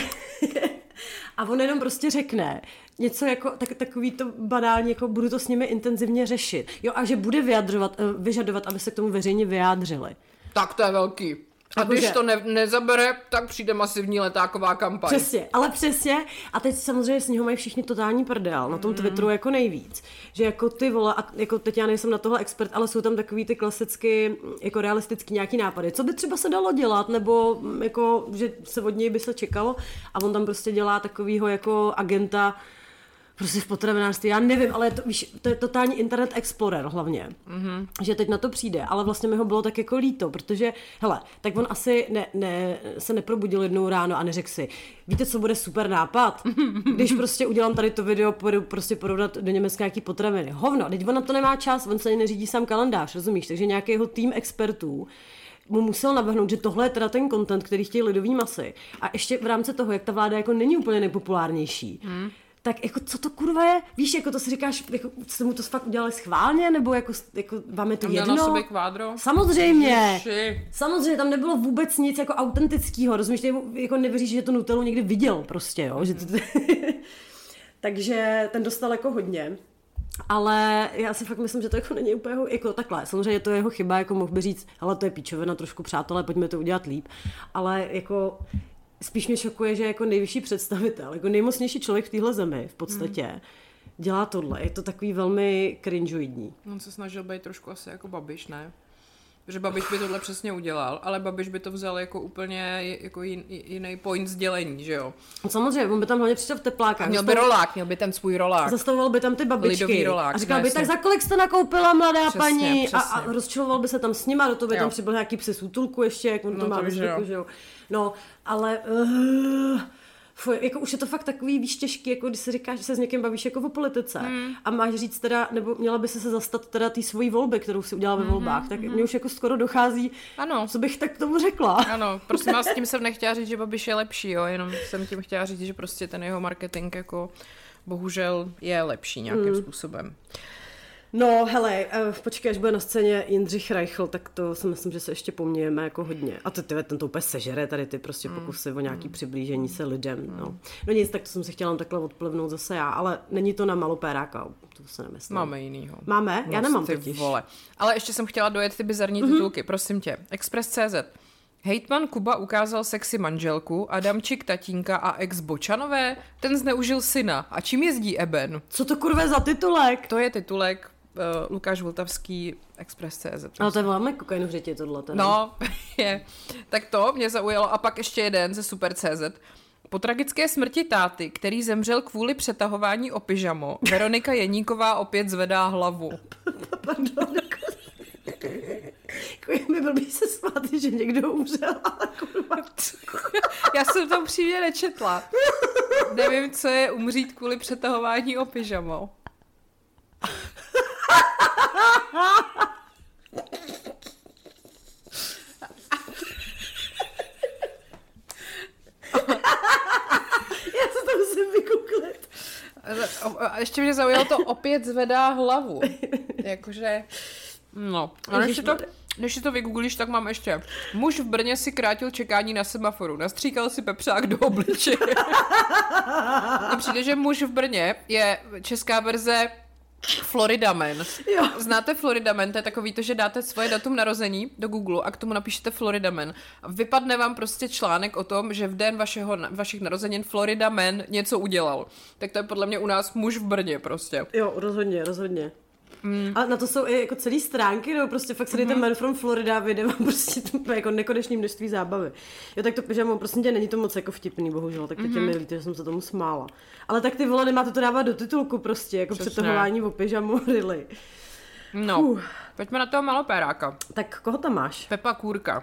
A on jenom prostě řekne něco jako, tak, takový to banální, jako budu to s nimi intenzivně řešit. Jo, a že bude vyjadřovat, vyžadovat, aby se k tomu veřejně vyjádřili. Tak to je velký. A jako když že... to ne, nezabere, tak přijde masivní letáková kampaň. Přesně, ale přesně. A teď samozřejmě s něho mají všichni totální prdel. Na tom Twitteru jako nejvíc. Že jako ty vole, a jako teď já nejsem na tohle expert, ale jsou tam takový ty klasicky jako realistický nějaký nápady. Co by třeba se dalo dělat, nebo jako, že se od něj by se čekalo. A on tam prostě dělá takovýho jako agenta prostě v potravinářství, já nevím, ale je to, víš, to je totální internet explorer hlavně, mm-hmm. že teď na to přijde, ale vlastně mi ho bylo tak jako líto, protože, hele, tak on asi ne, ne, se neprobudil jednou ráno a neřekl si, víte, co bude super nápad, když prostě udělám tady to video, pojedu prostě porovnat do Německa nějaký potraviny. Hovno, teď on na to nemá čas, on se ani neřídí sám kalendář, rozumíš, takže nějaký jeho tým expertů mu musel navrhnout, že tohle je teda ten content, který chtějí lidový masy. A ještě v rámci toho, jak ta vláda jako není úplně nejpopulárnější, mm. tak jako co to kurva je? Víš, jako to si říkáš, jako jste mu to fakt udělali schválně, nebo jako, jako vám je to jedno? Na sobě kvádro? Samozřejmě. Ježi. Samozřejmě, tam nebylo vůbec nic jako autentického, rozumíš, jako nevěříš, že to Nutellu někdy viděl prostě, jo? Že to... Takže ten dostal jako hodně. Ale já si fakt myslím, že to jako není úplně jako takhle. Samozřejmě je to jeho chyba, jako mohl by říct, hele, to je píčovina trošku, přátelé, pojďme to udělat líp. Ale jako spíš mě šokuje, že jako nejvyšší představitel, jako nejmocnější člověk v téhle zemi v podstatě hmm. dělá tohle. Je to takový velmi cringeoidní. On se snažil být trošku asi jako Babiš, ne? že Babiš by tohle přesně udělal, ale Babiš by to vzal jako úplně jako jin, jiný point sdělení, že jo. Samozřejmě, on by tam hlavně přišel v teplákách. A měl by rolák, měl by ten svůj rolák. Zastavoval by tam ty babičky. Rolák, a říkal no, by, tak za kolik jste nakoupila, mladá přesně, paní? Přesně. A, a rozčiloval by se tam s nima, do toho by jo. tam přibyl nějaký psi z útulku ještě, jak on no, to má ve zvyku, že jo. No, ale... Uh... Fuj, jako už je to fakt takový, víš, těžký, jako když si říkáš, že se s někým bavíš jako o politice hmm. a máš říct teda, nebo měla by se se zastat teda té svojí volby, kterou si udělala ve volbách, tak hmm. mně už jako skoro dochází, ano. co bych tak k tomu řekla. Ano, prostě s tím jsem nechtěla říct, že Babiš je lepší, jo, jenom jsem tím chtěla říct, že prostě ten jeho marketing jako bohužel je lepší nějakým hmm. způsobem. No, hele, počkej, až bude na scéně Jindřich Reichl, tak to si myslím, že se ještě pomějeme jako hodně. A ty, ty ten to úplně sežere, tady ty prostě pokusy mm. o nějaký mm. přiblížení se lidem, mm. no. No nic, tak to jsem se chtěla takhle odplivnout zase já, ale není to na malopéráka, to se nemyslím. Máme jinýho. Máme? Já nemám ty totiž. Vole. Ale ještě jsem chtěla dojet ty bizarní mm-hmm. titulky, prosím tě. Express tečka cé zet. Hejtman Kuba ukázal sexy manželku, Adamčik tatínka a ex Bočanové, ten zneužil syna. A čím jezdí Eben? Co to kurve za titulek? To je titulek uh, Lukáš Vltavský, Express tečka cé zet. Ale to je velmi kokainu v řetě tohle. Teda. No, je. Tak to mě zaujalo. A pak ještě jeden ze Super tečka cé zet. Po tragické smrti táty, který zemřel kvůli přetahování o pyžamo, Veronika Jeníková opět zvedá hlavu. Pardon, jako mi blbý se smát, že někdo umřel, ale kurva. Já jsem to upřímně nečetla. Nevím, co je umřít kvůli přetahování o pyžamo. Já se to musím vygooglit. A ještě mě zaujalo to opět zvedá hlavu. Jakože... No, a než si to, než si to vygooglíš, tak mám ještě. Muž v Brně si krátil čekání na semaforu. Nastříkal si pepřák do obličeje. Mně přijde, že Muž v Brně je česká verze Florida Man. Jo. Znáte Florida Man? To je takový to, že dáte svoje datum narození do Google a k tomu napíšete Florida Man. A vypadne vám prostě článek o tom, že v den vašeho, vašich narozenin Florida Man něco udělal. Tak to je podle mě u nás Muž v Brně prostě. Jo, rozhodně, rozhodně. Mm. A na to jsou i jako celý stránky, nebo prostě fakt se dejte mm-hmm. Man from Florida, vyjde vám prostě to jako nekonečný množství zábavy. Jo, tak to pyžamo, prostě tě není to moc jako vtipný, bohužel, tak teď mm-hmm. je mi líto, že jsem se tomu smála. Ale tak ty vole, nemáte to dávat do titulku prostě, jako přetahování o pyžamu, really. No, uh. pojďme na toho malopéráka. Tak koho tam máš? Pepa Kůrka.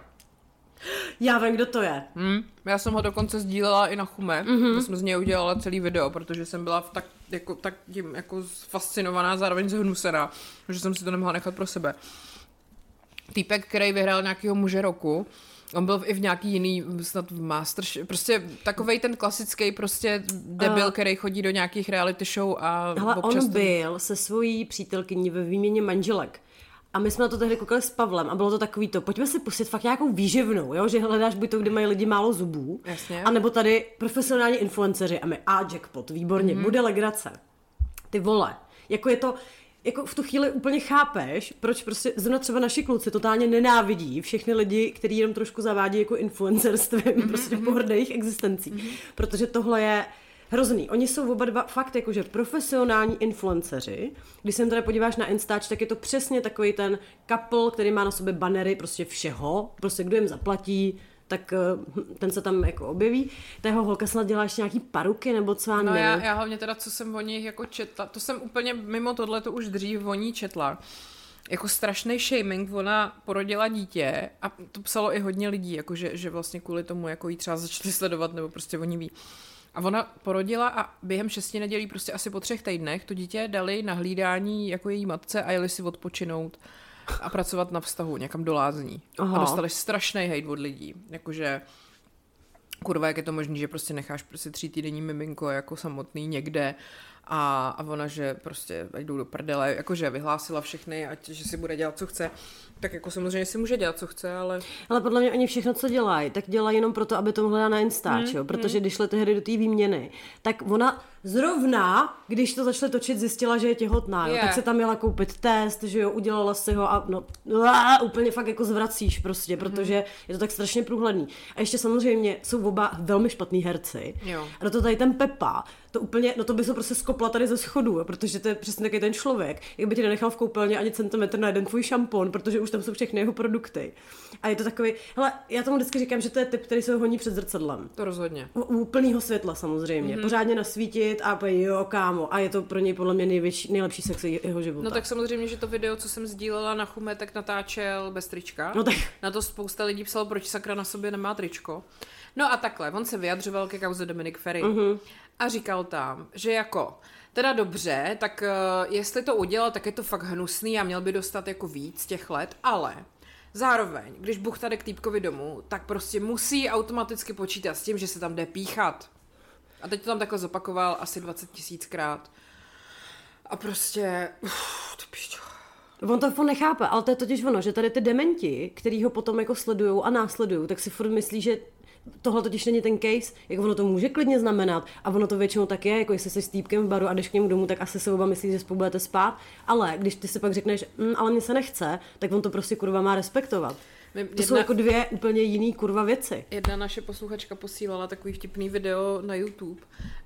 Já vím, kdo to je. Hmm, já jsem ho dokonce sdílela i na Chume, mm-hmm. jsem z něj udělala celý video, protože jsem byla tak, jako, tak tím jako fascinovaná, zároveň zhnusená, že jsem si to nemohla nechat pro sebe. Týpek, který vyhrál nějakýho muže roku, on byl i v nějaký jiný, snad v Masterchef, prostě takovej ten klasický prostě debil, uh, který chodí do nějakých reality show a hele, občas... on byl se svojí přítelkyní ve výměně manželek. A my jsme na to tehdy koukali s Pavlem a bylo to takový to, pojďme si pustit fakt nějakou výživnou, jo? Že hledáš buď to, kde mají lidi málo zubů, jasně. A nebo tady profesionální influenceři a my, a jackpot, výborně, mm-hmm. bude legrace. Ty vole, jako je to, jako v tu chvíli úplně chápeš, proč prostě zrovna třeba naši kluci totálně nenávidí všechny lidi, kteří jenom trošku zavádí jako influencerstvím, mm-hmm. prostě pohrde jejich existencí, mm-hmm. protože tohle je hrozný. Oni jsou oba dva fakt jakože profesionální influenceři. Když se jim tady podíváš na Instač, tak je to přesně takový ten couple, který má na sobě banery prostě všeho. Prostě kdo jim zaplatí, tak ten se tam jako objeví. Ta jeho holka snad dělá ještě nějaký paruky, nebo co já nevím. No já, já hlavně teda, co jsem o nich jako četla, to jsem úplně mimo tohle to už dřív o ní četla. Jako strašný shaming, ona porodila dítě a to psalo i hodně lidí, jakože, že vlastně kvůli tomu jako jí třeba začali sledovat, nebo prostě oni ví. A ona porodila a během šesti nedělí, prostě asi po třech týdnech, to dítě dali na hlídání jako její matce a jeli si odpočinout a pracovat na vztahu někam do lázní. Aha. A dostali strašný hejt od lidí. Jakože, kurva, jak je to možný, že prostě necháš prostě tří týdenní miminko jako samotný někde a, a ona, že prostě jdou do prdele, jakože vyhlásila všechny, ať, že si bude dělat, co chce. Tak jako samozřejmě si může dělat, co chce, ale... Ale podle mě oni všechno, co dělají, tak dělají jenom proto, aby to mohla dát na Instač, hmm, jo? Protože hmm. když šli tehdy do té výměny, tak ona Zrovna, když to začali točit, zjistila, že je těhotná, jo, Yeah. tak se tam jela koupit test, že jo, udělala si ho a no, lá, úplně fakt jako zvracíš prostě, protože je to tak strašně průhledný. A ještě samozřejmě jsou oba velmi špatný herci. Jo. A to tady ten Pepa, to úplně, no to by se prostě skopla tady ze schodu, jo, protože to je přesně taky ten člověk, jak by ti nenechal v koupelně ani centimetr na jeden tvůj šampon, protože už tam jsou všechny jeho produkty. A je to takový, hele, já tomu vždycky říkám, že to je typ, který se honí před zrcadlem. To rozhodně. U, u plného světla samozřejmě. Mm-hmm. Pořádně nasvítit a úplně jo, kámo. A je to pro něj podle mě největší, nejlepší sex jeho života. No tak samozřejmě, že to video, co jsem sdílela na Chume, tak natáčel bez trička. No tak. Na to spousta lidí psalo, proč sakra na sobě nemá tričko. No a takhle, on se vyjadřoval ke kauze Dominic Ferry. Mm-hmm. A říkal tam, že jako, teda dobře, tak uh, jestli to udělal, tak je to fakt hnusný a měl by dostat jako víc těch let, ale zároveň, když Bůh tady k týpkovi domů, tak prostě musí automaticky počítat s tím, že se tam jde píchat. A teď to tam takhle zopakoval asi dvacet tisíckrát. A prostě, uf, to píčo. On to fakt nechápe, ale to je totiž ono, že tady ty dementi, který ho potom jako sledujou a následují, tak si furt myslí, že tohle totiž není ten case, jak ono to může klidně znamenat a ono to většinou tak je, jako jestli jsi s týpkem v baru a jdeš k němu domů, tak asi se oba myslí, že spolu budete spát, ale když ty si pak řekneš, mm, ale mně se nechce, tak on to prostě kurva má respektovat. Jedna, to jsou jako dvě úplně jiný kurva věci. Jedna naše posluchačka posílala takový vtipný video na YouTube,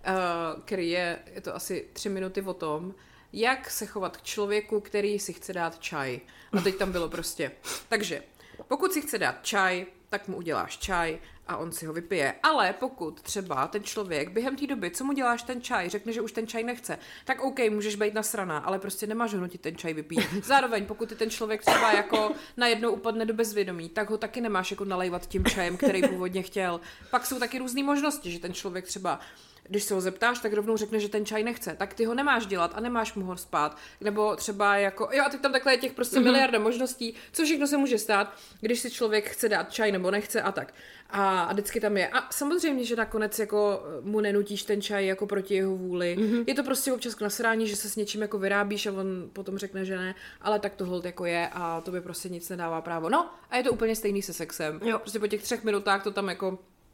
uh, který je, je to asi tři minuty o tom, jak se chovat k člověku, který si chce dát čaj. A teď tam bylo prostě. Takže, pokud si chce dát čaj, tak mu uděláš čaj a on si ho vypije. Ale pokud třeba ten člověk během té doby, co mu děláš ten čaj, řekne, že už ten čaj nechce, tak OK, můžeš být nasraná, ale prostě nemáš ho nutit ten čaj vypít. Zároveň, pokud ty ten člověk třeba jako najednou upadne do bezvědomí, tak ho taky nemáš jako nalejvat tím čajem, který původně chtěl. Pak jsou taky různé možnosti, že ten člověk třeba, když se ho zeptáš, tak rovnou řekne, že ten čaj nechce, tak ty ho nemáš dělat a nemáš mu ho spát. Nebo třeba jako, jo a teď tam takhle je těch prostě mm-hmm. miliarda možností, co všechno se může stát, když si člověk chce dát čaj nebo nechce a tak. A, a vždycky tam je. A samozřejmě, že nakonec jako mu nenutíš ten čaj jako proti jeho vůli. Mm-hmm. Je to prostě občas k nasrání, že se s něčím jako vyrábíš a on potom řekne, že ne, ale tak to hold jako je a to by prostě nic nedává právo. No a je to úplně stejný se sexem. Jo. Prostě po těch třech minutách to tam jako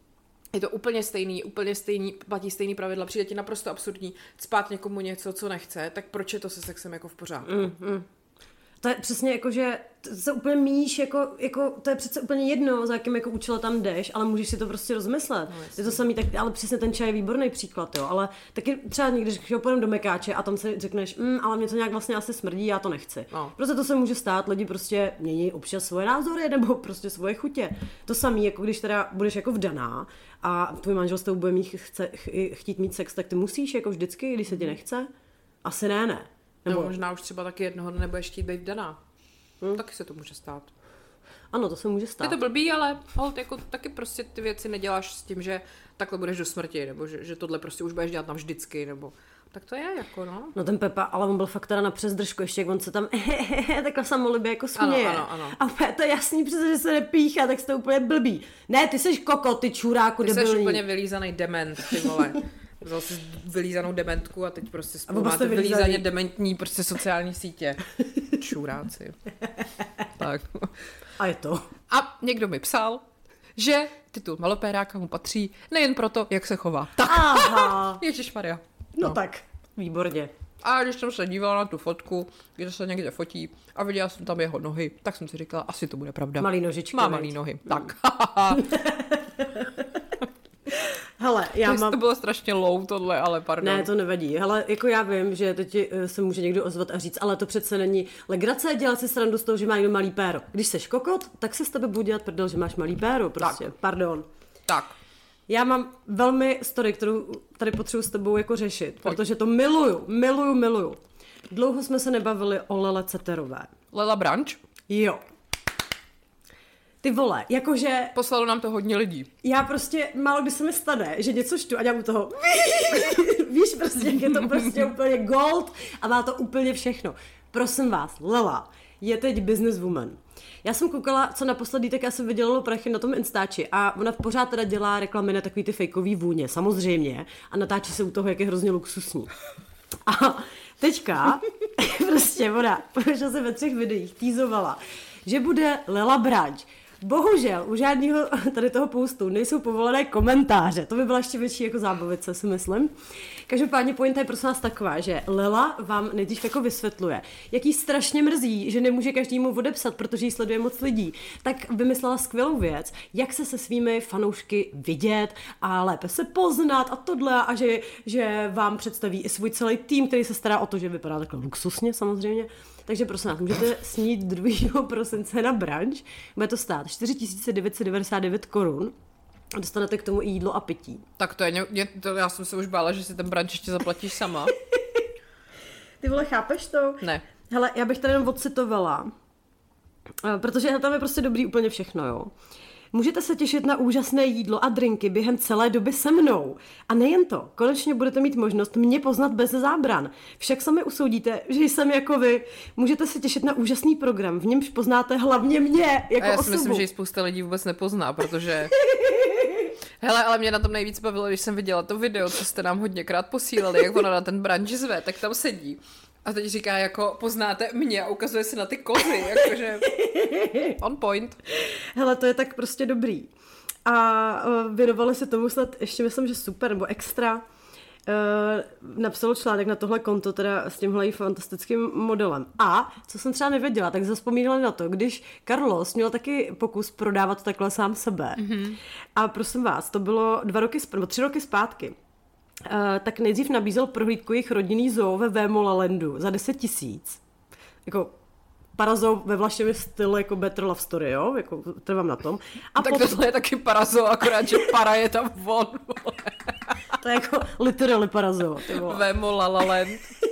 je to úplně stejný, úplně stejný, platí stejný pravidla, přijde ti naprosto absurdní spát někomu něco, co nechce, tak proč je to se sexem jako v pořádku? Mm, mm. To je přesně jako, že se úplně míš, jako, jako, to je přece úplně jedno, za jakým jako účelem tam jdeš, ale můžeš si to prostě rozmyslet. No, je to samý, tak, ale přesně ten čaj je výborný příklad, jo, ale taky třeba někdy, když půjdem do Mekáče a tam si řekneš, mm, ale mě to nějak vlastně asi smrdí, já to nechci. No. Prostě to se může stát, lidi prostě mění občas svoje názory nebo prostě svoje chutě. To samý, jako když teda budeš jako vdaná a tvůj manžel s tebou bude mít, chce, chtít mít sex, tak ty musíš jako vždycky, když se ti nechce? Asi ne, ne. Nebo možná už třeba taky jednoho dne nebudeš chtít být vdaná. Hmm. Taky se to může stát. Ano, to se může stát. Je to blbý, ale hold, jako taky prostě ty věci neděláš s tím, že takhle budeš do smrti, nebo že, že tohle prostě už budeš dělat navždycky, nebo tak to je jako, no. No ten Pepa, ale on byl fakt teda na přesdržku, ještě jak on se tam takhle samolibě jako směje. Ano, ano, ano. A úplně to je jasný přece, že se nepíchá, tak jste úplně blbý. Ne, ty jsi kokot, ty čuráku ty debilní. Ty jsi úplně vylízaný dement, ty vole. Vzal jsi vylízanou dementku a teď prostě spolu máte vylízaně dementní prostě sociální sítě. Čuráci. Tak. A je to. A někdo mi psal, že titul malopéráka mu patří nejen proto, jak se chová. Tak. Aha. Ježišmarja. No. no tak, výborně. A když jsem se dívala na tu fotku, kde se někde fotí a viděla jsem tam jeho nohy, tak jsem si říkala, asi to bude pravda. Malý nožičky. Má malý nohy. Mm. Tak. Hele, já to mám... To bylo strašně low tohle, ale pardon. Ne, to nevadí. Hele, jako já vím, že teď se může někdo ozvat a říct, ale to přece není legrace dělat si srandu z toho, že má někdo malý péro. Když seš kokot, tak se s tebe bude dělat prdel, že máš malý péro, prostě. Tak. Pardon. Tak. Já mám velmi story, kterou tady potřebuji s tebou jako řešit, Pojď. protože to miluju, miluju, miluju. Dlouho jsme se nebavili o Lele Ceterové. Lela Branch? Jo. Ty vole, jakože... Poslalo nám to hodně lidí. Já prostě, málo kdy se mi stane, že něco čtu a dělám u toho... Víš prostě, jak je to prostě úplně gold a má to úplně všechno. Prosím vás, Lela je teď businesswoman. Já jsem koukala, co naposledy, tak já jsem vydělala prachy na tom Instači a ona pořád teda dělá reklamy na takový ty fejkový vůně, samozřejmě, a natáčí se u toho, jak je hrozně luxusní. A teďka prostě ona, protože se ve třech videích týzovala, že bude Lela Branch Bohužel u žádného tady toho postu nejsou povolené komentáře. To by byla ještě větší jako zábavice, si myslím. Každopádně pointa je prosím nás taková, že Lela vám nejdřív jako vysvětluje, jaký strašně mrzí, že nemůže každému odepsat, protože jí sleduje moc lidí. Tak vymyslela skvělou věc, jak se se svými fanoušky vidět a lépe se poznat a tohle a že, že vám představí i svůj celý tým, který se stará o to, že vypadá takhle luxusně samozřejmě. Takže prosím vás, můžete snít druhého prosince na brunch. Bude to stát čtyři tisíce devět set devadesát devět korun. A dostanete k tomu i jídlo a pití. Tak to je, mě, to, já jsem se už bála, že si ten brunch ještě zaplatíš sama. Ty vole, chápeš to? Ne. Hele, já bych tady jenom odcitovala, protože tam je prostě dobrý úplně všechno, jo. Můžete se těšit na úžasné jídlo a drinky během celé doby se mnou. A nejen to, konečně budete mít možnost mě poznat bez zábran. Však sami usoudíte, že jsem jako vy. Můžete se těšit na úžasný program, v němž poznáte hlavně mě jako a já si osobu. myslím, že ji spousta lidí vůbec nepozná, protože... Hele, ale mě na tom nejvíc bavilo, když jsem viděla to video, co jste nám hodněkrát posílali, jak ona na ten brunch zve, tak tam sedí. A teď říká jako, poznáte mě a ukazuje se na ty kozy, jakože on point. Hele, to je tak prostě dobrý. A uh, věnovali se tomu snad, ještě myslím, že super, nebo extra, uh, napsalo článek na tohle konto, teda s tímhle fantastickým modelem. A, co jsem třeba nevěděla, tak zavzpomínali na to, když Carlos měl taky pokus prodávat takhle sám sebe. Mm-hmm. A prosím vás, to bylo dva roky, nebo tři roky zpátky. Uh, tak nejdřív nabízel prohlídku jejich rodinný zoo ve Vémolalandu za deset tisíc. Jako parazoo ve vlaštěmi stylu jako Better Love Story, jo? Jako trvám na tom. A tak potom... tohle je taky parazoo, akorát, že para je tam von. To je jako literally parazoo. Vémolaland.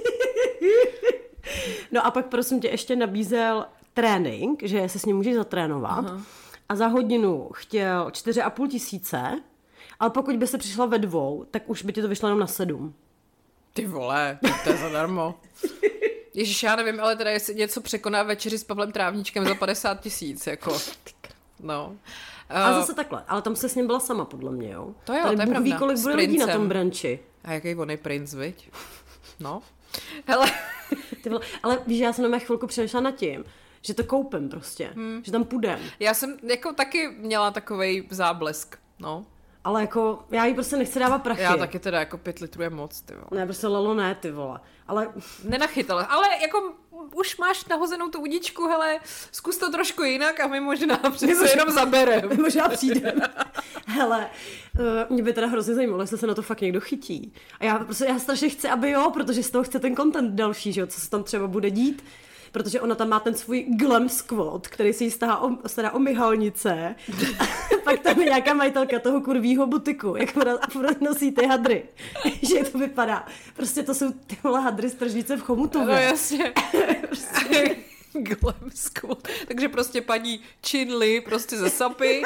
No a pak prosím tě ještě nabízel trénink, že se s ním můžeš zatrénovat. Aha. A za hodinu chtěl čtyři a půl tisíce. Ale pokud by se přišla ve dvou, tak už by ti to vyšlo jenom na sedm. Ty vole, to je zadarmo. Ježiš, já nevím, ale teda jestli něco překoná večeři s Pavlem Trávníčkem za padesát tisíc, jako, no. A uh, zase takhle, ale tam se s ním byla sama, podle mě, jo. To jo, tady to je Bůh pravda. Ví, kolik bude lidí na tom branči. A jaký on je princ, viď? No. Hele. Ty vole, ale víš, já jsem na chvilku přemýšlela nad tím, že to koupím prostě, hmm. že tam půjdem. Já jsem jako taky měla takovej záblesk, no. Ale jako, já jí prostě nechci dávat prachy. Já taky teda, jako pět litrů je moc, ty vole. Ne, prostě Lelo ne, ty vole. Ale... Nenachytala, ale jako už máš nahozenou tu udičku, hele, zkus to trošku jinak a my možná přece možná, jenom zaberem. My možná přijdem. Hele, uh, mě by teda hrozně zajímalo, jestli se na to fakt někdo chytí. A já prostě, já strašně chci, aby jo, protože z toho chce ten content další, že jo, co se tam třeba bude dít. Protože ona tam má ten svůj glam squad, který si jí stará o, stará o myhalnice. Pak tam je nějaká majitelka toho kurvího butiku, jak ona nosí ty hadry. Že to vypadá. Prostě to jsou ty vole hadry z tržnice v Chomutově. No jasně. prostě... Glam squad. Takže prostě paní Chinli prostě ze sapy.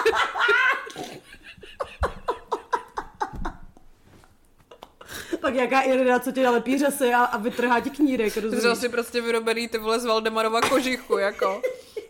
Pak jaká Irina, co ti nalepí řasy a, a vytrhá ti knírek, rozumíš? To asi prostě vyrobený ty vole z Valdemarova kožichu, jako.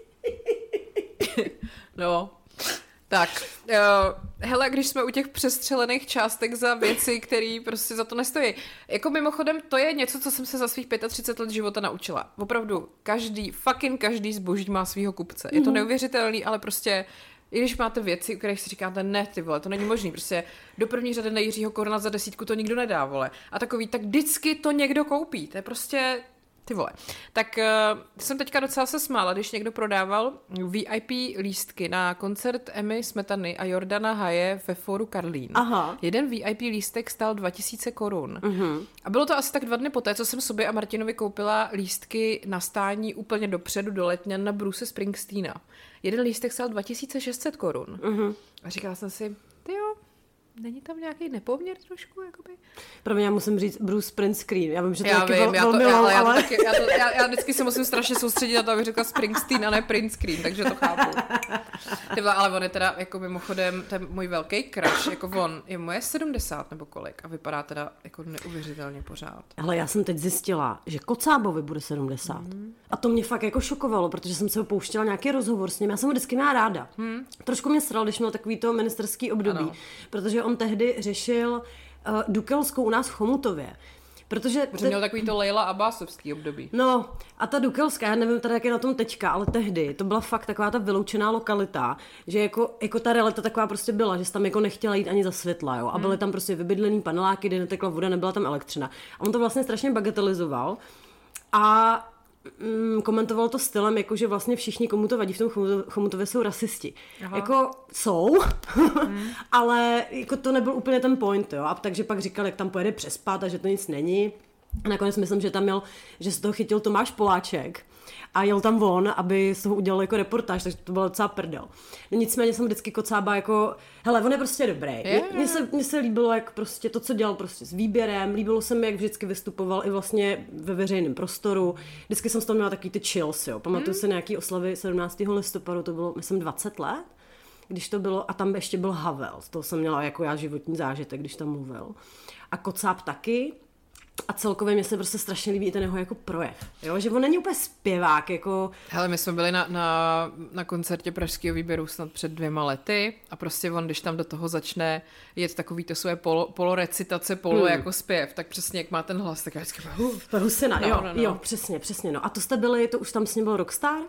No. Tak. Uh, hele, když jsme u těch přestřelených částek za věci, které prostě za to nestojí. Jako mimochodem, to je něco, co jsem se za svých třicet pět let života naučila. Opravdu, každý, fucking každý zboží má svýho kupce. Je to neuvěřitelný, ale prostě i když máte věci, u kterých si říkáte, ne, ty vole, to není možný, prostě do první řady na Jiřího Korna za desítku to nikdo nedá, vole. A takový, tak vždycky to někdo koupí, to je prostě, ty vole. Tak uh, jsem teďka docela se smála, když někdo prodával V I P lístky na koncert Emmy Smetany a Jordana Haye ve fóru Karlín. Aha. Jeden V I P lístek stál dva tisíce korun. Uh-huh. A bylo to asi tak dva dny poté, co jsem sobě a Martinovi koupila lístky na stání úplně dopředu do Letňan na Bruce Springsteena. Jeden lístek stál dva tisíce šest set korun. Uh-huh. A říkala jsem si, tyjo, není tam nějaký nepoměr trošku, jakoby? Pro mě já musím říct Bruce Springsteen. Já vím, že to já taky vím, vel, já to, velmi já, mal, já, ale... to taky, já, to, já, já vždycky se musím strašně soustředit na to, abych řekla Springsteen a ne Prince Screen, takže to chápu. Tyhle, ale on je teda, jako mimochodem, ten můj velký crush, jako on, je moje sedmdesát nebo kolik a vypadá teda jako neuvěřitelně pořád. Hele, já jsem teď zjistila, že Kocábovi bude sedmdesát. Mm. A to mě fakt jako šokovalo, protože jsem se ho pouštěla nějaký rozhovor s ním. Já jsem ho vždycky měla ráda. Mm. Trošku mě sral, když měl takový to ministerský období, ano. Protože on tehdy řešil uh, Dukelskou u nás v Chomutově. Protože... Protože měl takový to Leila Abbasovský období. No a ta Dukelská, já nevím teda, jak je na tom teďka, ale tehdy to byla fakt taková ta vyloučená lokalita, že jako, jako ta realita taková prostě byla, že jsi tam jako nechtěla jít ani za světla, jo, a byly tam prostě vybydlený paneláky, kde netekla voda, nebyla tam elektřina. A on to vlastně strašně bagatelizoval a mm, komentoval to stylem, jako že vlastně všichni, komu to vadí v tom Chomutově, jsou rasisti. Aha. Jako jsou, hmm. ale jako to nebyl úplně ten point, jo, a takže pak říkal, jak tam pojede přespat a že to nic není. A nakonec myslím, že tam měl, že se toho chytil Tomáš Poláček a jel tam on, aby z toho udělal jako reportáž, takže to bylo docela prdel. No nicméně jsem vždycky Kocába jako, hele, on je prostě dobrý. Mně se, mně se líbilo, jak prostě to, co dělal prostě s výběrem, líbilo se mi, jak vždycky vystupoval i vlastně ve veřejném prostoru. Vždycky jsem z toho měla takový ty chills, jo. Pamatuju hmm. se nějaký oslavy sedmnáctého listopadu, to bylo, myslím, dvacet let, když to bylo, a tam ještě byl Havel, z toho jsem měla jako já životní zážitek, když tam mluvil. A Kocáb taky. A celkově mě se prostě strašně líbí ten jeho jako projev, jo? Že on není úplně zpěvák, jako... Hele, my jsme byli na, na, na koncertě Pražského výběru snad před dvěma lety a prostě on, když tam do toho začne jet takový to své polo, polorecitace, polo hmm. jako zpěv, tak přesně jak má ten hlas, tak já vždycky... Husina, no, jo, no, no. jo, přesně, přesně, no. A to jste byli, to už tam s ním byl Rockstar?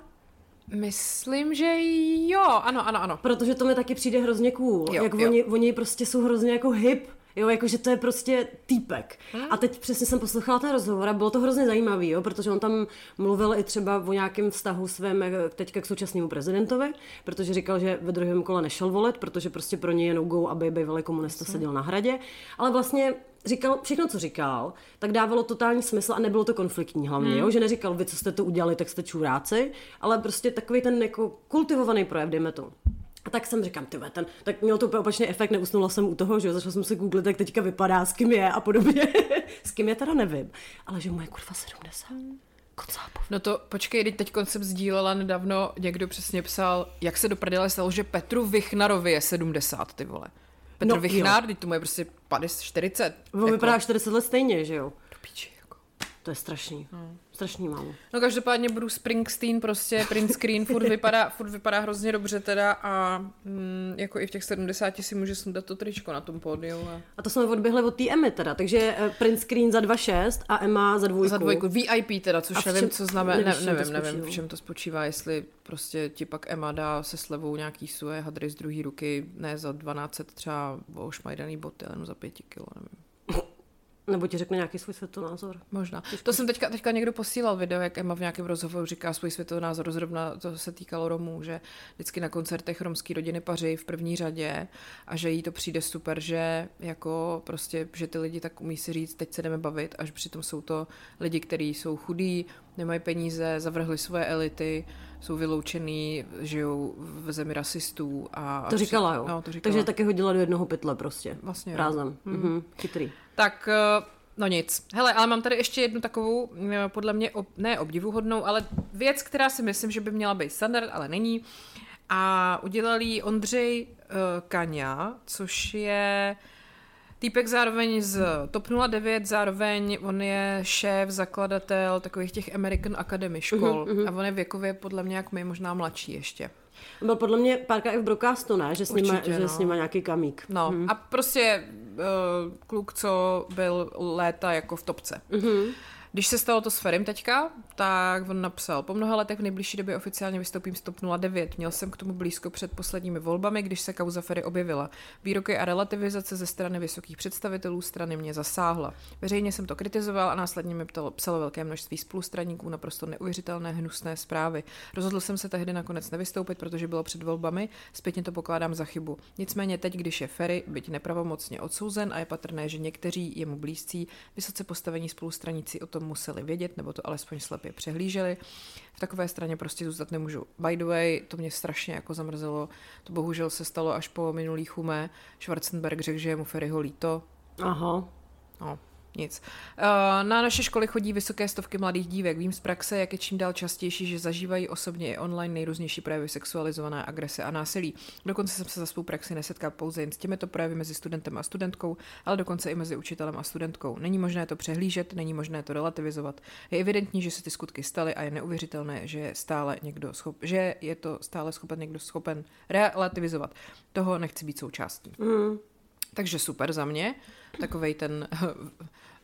Myslím, že jo, ano, ano, ano. Protože to mi taky přijde hrozně cool, jo, jak jo. Oni, oni prostě jsou hrozně jako hip. Jo, jakože to je prostě týpek. Hmm. A teď přesně jsem poslouchala ten rozhovor a bylo to hrozně zajímavý, jo, protože on tam mluvil i třeba o nějakém vztahu svém teďka k současnému prezidentovi, protože říkal, že ve druhém kole nešel volit, protože prostě pro něj je no-go, aby bývalý komunista hmm. seděl na Hradě. Ale vlastně říkal, všechno, co říkal, tak dávalo totální smysl a nebylo to konfliktní hlavně, hmm. jo, že neříkal, vy, co jste to udělali, tak jste čuráci, ale prostě takový ten jako kultivovaný projev, dejme to. A tak jsem říkám, tyhle, ten, tak měl to úplně opačný efekt, neusnula jsem u toho, že jo, začala jsem se googlit, jak teďka vypadá, s kým je a podobně. S kým je teda nevím, ale že mu je kurva sedmdesát. Kocábov. No to, počkej, teď jsem sdílela nedávno, někdo přesně psal, jak se do prdele stalo, že Petru Vichnarovi je sedmdesát, ty vole. Petr no, Vichnár, teď tomu je prostě padesát, čtyřicet. On jako... vypadá čtyřicet let stejně, že jo? Do píči, jako. To je strašný. Hmm. Strašný málo. No každopádně Bruce Springsteen, prostě print screen, furt vypadá, furt vypadá hrozně dobře teda a mm, jako i v těch sedmdesáti si může sundat to tričko na tom pódiu. A, a to jsme odběhli od té Emmy teda, takže print screen za dva šest a Emma za dvojku. Za dvojku, V I P teda, což nevím, co znamená, nevíš, ne, nevím, nevím, v čem to spočívá, jestli prostě ti pak Emma dá se slevou nějaký svoje hadry z druhé ruky, ne za dvanáct třeba ošmajdaný boty, ale jenom za pěti kilo, nevím. Nebo ti řekne nějaký svůj světonázor. Možná. To jsem teďka, teďka někdo posílal video, jak Emma v nějakém rozhovoru říká svůj světonázor, zrovna to se týkalo Romů, že vždycky na koncertech romský rodiny paří v první řadě a že jí to přijde super, že jako prostě, že ty lidi tak umí si říct, teď se jdeme bavit, až přitom jsou to lidi, kteří jsou chudí, nemají peníze, zavrhli svoje elity, jsou vyloučený, žijou v zemi rasistů. A to říkala, jo. No, to říkala. Takže taky hodila do jednoho pytle prostě. Vlastně, rázem. Hmm. Mhm. Chytrý. Tak, no nic. Hele, ale mám tady ještě jednu takovou, podle mě, ob, ne obdivuhodnou, ale věc, která si myslím, že by měla být standard, ale není. A udělal jí Ondřej uh, Kaňa, což je týpek zároveň z TOP nula devět, zároveň on je šéf, zakladatel takových těch American Academy škol. Uh-huh, uh-huh. A on je věkově podle mě jak my, možná mladší ještě. Byl podle mě párkrát i v Broadcastu, ne? Že s nima, Určitě, že no. s nima nějaký kamík. No hmm. a prostě uh, kluk, co byl léta jako v topce. Mm-hmm. Když se stalo to s Ferim teďka, tak on napsal, po mnoha letech v nejbližší době oficiálně vystoupím z TOP nula devět. Měl jsem k tomu blízko před posledními volbami, když se kauza Fery objevila. Výroky a relativizace ze strany vysokých představitelů strany mě zasáhla. Veřejně jsem to kritizoval a následně mi ptalo, psalo velké množství spolustraníků naprosto neuvěřitelné hnusné zprávy. Rozhodl jsem se tehdy nakonec nevystoupit, protože bylo před volbami, zpětně to pokládám za chybu. Nicméně teď, když je Fery, byť nepravomocně odsouzen a je patrné, že někteří jemu blízcí, vysoce postavení spolustraníci o tom museli vědět, nebo to alespoň slepě přehlíželi. V takové straně prostě zůstat nemůžu. By the way, to mě strašně jako zamrzelo. To bohužel se stalo až po minulý chume. Schwarzenberg řekl, že je mu Feryho líto. Aha. No, nic. Na naše školy chodí vysoké stovky mladých dívek. Vím z praxe, jak je čím dál častější, že zažívají osobně i online nejrůznější projevy sexualizované agrese a násilí. Dokonce jsem se za svou praxi nesetkal pouze jen s těmito projevy mezi studentem a studentkou, ale dokonce i mezi učitelem a studentkou. Není možné to přehlížet, není možné to relativizovat. Je evidentní, že se ty skutky staly a je neuvěřitelné, že je stále někdo schop, že je to stále schopen někdo schopen relativizovat. Toho nechci být součástí. Mm. Takže super za mě, takovej ten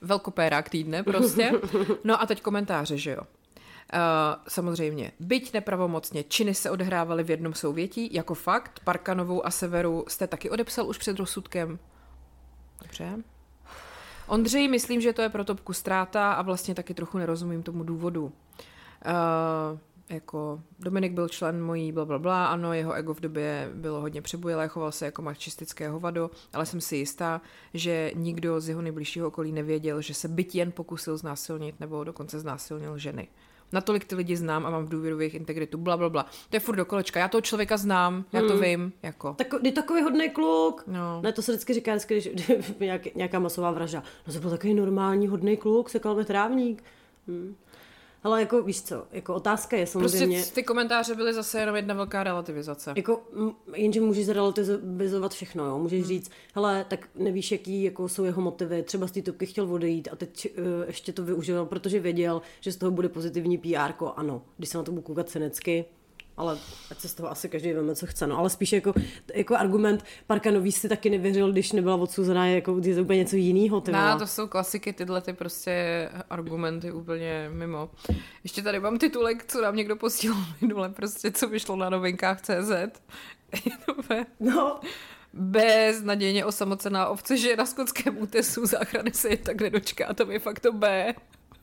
velkopérák týdne prostě. No a teď komentáře, že jo. Uh, samozřejmě, byť nepravomocně, činy se odehrávaly v jednom souvětí, jako fakt, Parkanovou a Severu jste taky odepsal už před rozsudkem. Dobře. Ondřej, myslím, že to je pro Topku ztráta a vlastně taky trochu nerozumím tomu důvodu. Uh, jako Dominik byl člen mojí blablabla, ano, jeho ego v době bylo hodně přebujelé, choval se jako mačistické hovado, ale jsem si jistá, že nikdo z jeho nejbližšího okolí nevěděl, že se byť jen pokusil znásilnit nebo dokonce znásilnil ženy. Natolik ty lidi znám a mám v důvěru v jejich integritu, blablabla. To je furt do kolečka, já toho člověka znám, já to hmm. vím, jako. Tak, je takový hodný kluk. No. Ne, to se vždycky říká, vždycky, když nějak, nějaká masová vražda. No to byl takový normální hodný kluk, sekal mi trávník. Hmm. Ale jako víš co, jako otázka je samozřejmě... Prostě ty komentáře byly zase jenom jedna velká relativizace. Jako, jenže můžeš zrelativizovat všechno, jo? Můžeš hmm. říct, hele, tak nevíš, jaký jako jsou jeho motivy, třeba z té Topky chtěl odejít a teď uh, ještě to využil, protože věděl, že z toho bude pozitivní P R ko, ano, když se na to budu koukat cynicky, ale ať se z toho asi každý veme, co chce, no, ale spíš jako, jako argument Parkanový si taky nevěřil, když nebyla odsouzená, jako je to úplně něco jinýho. No, to jsou klasiky, tyhle ty prostě argumenty úplně mimo. Ještě tady mám titulek, co nám někdo posílal minule, prostě co vyšlo na novinkách tečka cé zet. No. Beznadějně osamocená ovce žije na skotském útesu, záchrany se jen tak nedočká, a to je fakt to B.